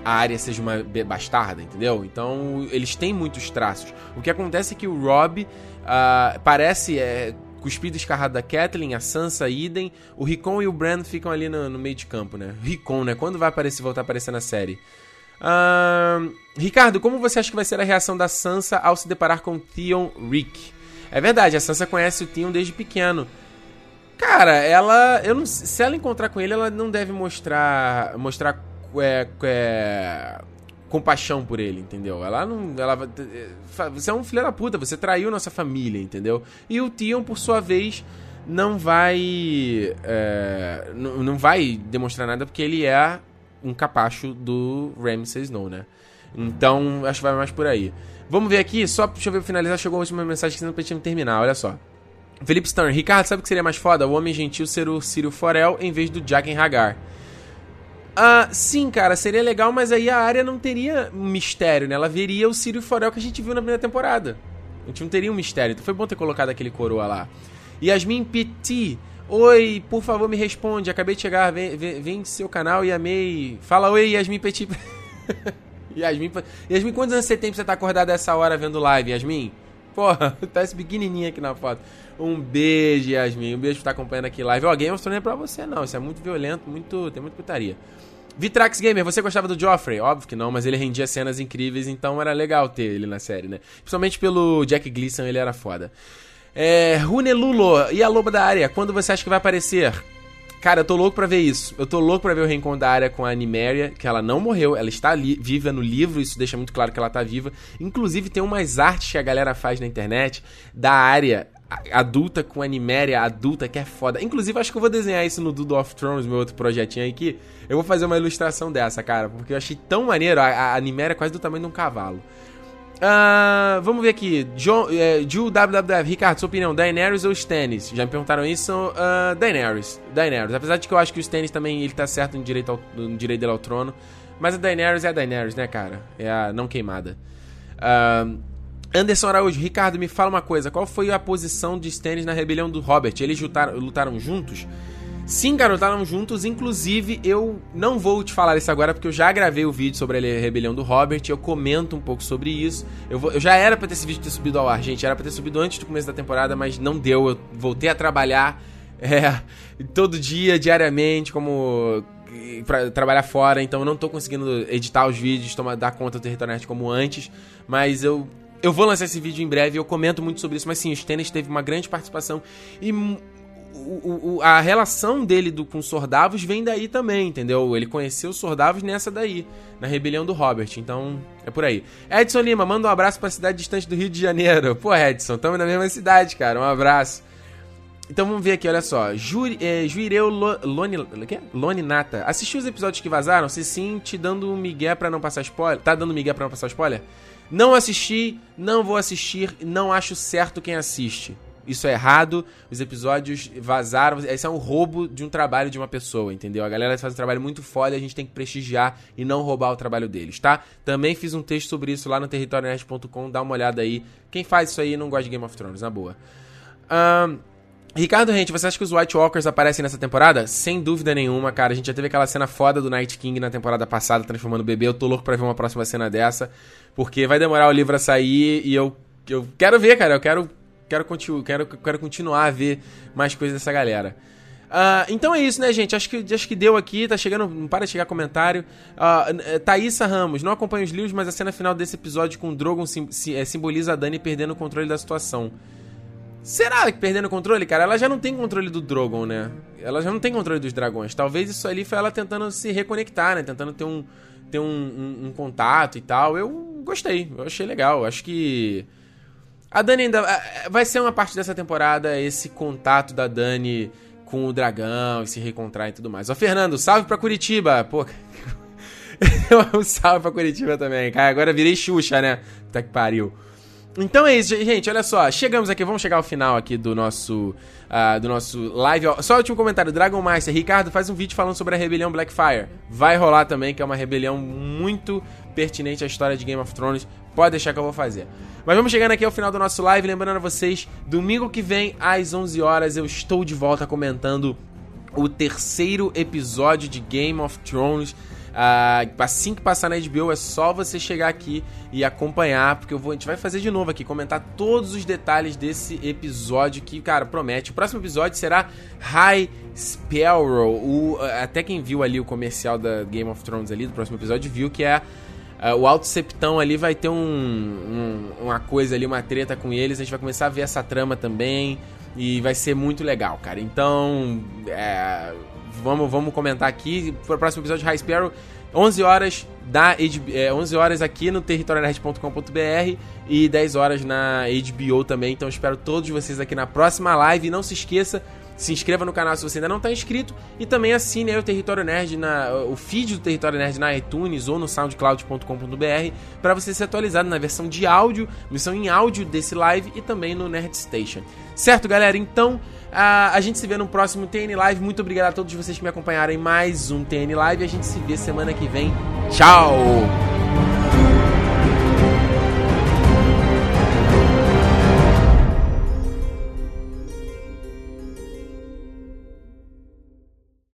a Arya seja uma bastarda, entendeu? Então, eles têm muitos traços. O que acontece é que o Robb parece cuspido escarrado da Catelyn, a Sansa, idem. O Rickon e o Bran ficam ali no meio de campo, né? Rickon, né? Quando vai voltar a aparecer na série? Ricardo, como você acha que vai ser a reação da Sansa ao se deparar com Theon Rick? É verdade, a Sansa conhece o Theon desde pequeno. Cara, se ela encontrar com ele, ela não deve mostrar compaixão por ele, entendeu? Você é um filho da puta, você traiu nossa família, entendeu? E o Theon, por sua vez, não vai demonstrar nada porque ele é um capacho do Ramsay Snow, né? Então, acho que vai mais por aí. Vamos ver aqui, só deixa eu ver pra finalizar, chegou a última mensagem que não pra gente terminar, olha só. Felipe Stern, Ricardo, sabe o que seria mais foda? O Homem Gentil ser o Círio Forel em vez do Jaqen H'ghar. Sim, cara, seria legal, mas aí a Arya não teria um mistério, né? Ela veria o Círio Forel que a gente viu na primeira temporada. A gente não teria um mistério, então foi bom ter colocado aquele coroa lá. Yasmin Petit, oi, por favor me responde, acabei de chegar, vem do seu canal e amei. Fala oi, Yasmin Petit. Yasmin, quantos anos você tem pra você estar acordado essa hora vendo live, Yasmin? Porra, tá esse pequenininho aqui na foto. Um beijo, Yasmin, um beijo por estar acompanhando aqui live. Game of Thrones não é pra você não, isso é muito violento, tem muita putaria. Vitrax Gamer, você gostava do Joffrey? Óbvio que não, mas ele rendia cenas incríveis, então era legal ter ele na série, né? Principalmente pelo Jack Gleeson, ele era foda. Runelulo, e a loba da Arya? Quando você acha que vai aparecer? Cara, eu tô louco pra ver isso. Eu tô louco pra ver o reencontro da Arya com a Nymeria, que ela não morreu, ela está viva no livro, isso deixa muito claro que ela tá viva. Inclusive tem umas artes que a galera faz na internet da Arya adulta com a Nymeria adulta, que é foda. Inclusive, acho que eu vou desenhar isso no Doodle of Thrones, meu outro projetinho aí, que eu vou fazer uma ilustração dessa, cara, porque eu achei tão maneiro. A Nymeria é quase do tamanho de um cavalo. Vamos ver aqui. Ju WWF, Ricardo, sua opinião, Daenerys ou Stannis? Já me perguntaram isso. Daenerys. Apesar de que eu acho que o Stannis também ele tá certo no direito dele ao trono. Mas a Daenerys é a Daenerys, né, cara? É a não queimada. Anderson Araújo, Ricardo, me fala uma coisa. Qual foi a posição de Stannis na rebelião do Robert? Eles lutaram juntos? Sim, cara, lutaram juntos. Inclusive, eu não vou te falar isso agora, porque eu já gravei o vídeo sobre a rebelião do Robert. Eu comento um pouco sobre isso. Eu já era pra ter esse vídeo ter subido ao ar, gente. Era pra ter subido antes do começo da temporada, mas não deu. Eu voltei a trabalhar todo dia, diariamente, pra trabalhar fora. Então eu não tô conseguindo editar os vídeos, dar conta do Território Nerd como antes. Mas eu vou lançar esse vídeo em breve, eu comento muito sobre isso, mas sim, o Stannis teve uma grande participação e a relação dele com os Sordavos vem daí também, entendeu? Ele conheceu os Sordavos nessa daí, na rebelião do Robert, então é por aí. Edson Lima, manda um abraço pra cidade distante do Rio de Janeiro. Pô, Edson, tamo na mesma cidade, cara, um abraço. Então vamos ver aqui, olha só. Juireu Loninata. Assistiu os episódios que vazaram? Se sim, te dando um migué pra não passar spoiler? Tá dando migué pra não passar spoiler? Não assisti, não vou assistir, não acho certo quem assiste. Isso é errado, os episódios vazaram, esse é um roubo de um trabalho de uma pessoa, entendeu? A galera faz um trabalho muito foda e a gente tem que prestigiar e não roubar o trabalho deles, tá? Também fiz um texto sobre isso lá no territorionerd.com, dá uma olhada aí. Quem faz isso aí não gosta de Game of Thrones, na boa. Ricardo Rente, você acha que os White Walkers aparecem nessa temporada? Sem dúvida nenhuma, cara. A gente já teve aquela cena foda do Night King na temporada passada, transformando o bebê. Eu tô louco pra ver uma próxima cena dessa, porque vai demorar o livro a sair e eu quero ver, cara. Eu quero continuar a ver mais coisas dessa galera. Então é isso, né, gente? Acho que deu aqui, tá chegando, não para de chegar comentário. Thaísa Ramos, não acompanho os livros, mas a cena final desse episódio com o Drogon simboliza a Dany perdendo o controle da situação. Será que perdendo o controle, cara? Ela já não tem controle do Drogon, né? Ela já não tem controle dos dragões. Talvez isso ali foi ela tentando se reconectar, né? Tentando ter um contato e tal. Eu gostei, eu achei legal. Acho que a Dany ainda vai ser uma parte dessa temporada, esse contato da Dany com o dragão e se reencontrar e tudo mais. Ó, Fernando, salve pra Curitiba. Pô, um salve pra Curitiba também, cara. Agora virei Xuxa, né? Puta que pariu. Então é isso, gente, olha só, chegamos aqui, vamos chegar ao final aqui do nosso live. Só o último comentário, Dragon Master, Ricardo, faz um vídeo falando sobre a rebelião Blackfire. Vai rolar também, que é uma rebelião muito pertinente à história de Game of Thrones, pode deixar que eu vou fazer. Mas vamos chegando aqui ao final do nosso live, lembrando a vocês, domingo que vem, às 11 horas, eu estou de volta comentando o terceiro episódio de Game of Thrones. Assim que passar na HBO, é só você chegar aqui e acompanhar, porque a gente vai fazer de novo aqui, comentar todos os detalhes desse episódio que, cara, promete. O próximo episódio será High Sparrow. Até quem viu ali o comercial da Game of Thrones ali, do próximo episódio, viu que o Alto Septão ali vai ter uma coisa ali, uma treta com eles. A gente vai começar a ver essa trama também e vai ser muito legal, cara. Então, vamos comentar aqui para o próximo episódio de High Sparrow, 11 horas 11 horas aqui no territorionerd.com.br e 10 horas na HBO também. Então espero todos vocês aqui na próxima live. E não se esqueça, se inscreva no canal se você ainda não está inscrito. E também assine aí o Território Nerd, o feed do Território Nerd na iTunes ou no soundcloud.com.br para você ser atualizado na versão de áudio, versão em áudio desse live e também no Nerd Station. Certo, galera? Então, a gente se vê no próximo TN Live. Muito obrigado a todos vocês que me acompanharam em mais um TN Live. A gente se vê semana que vem. Tchau!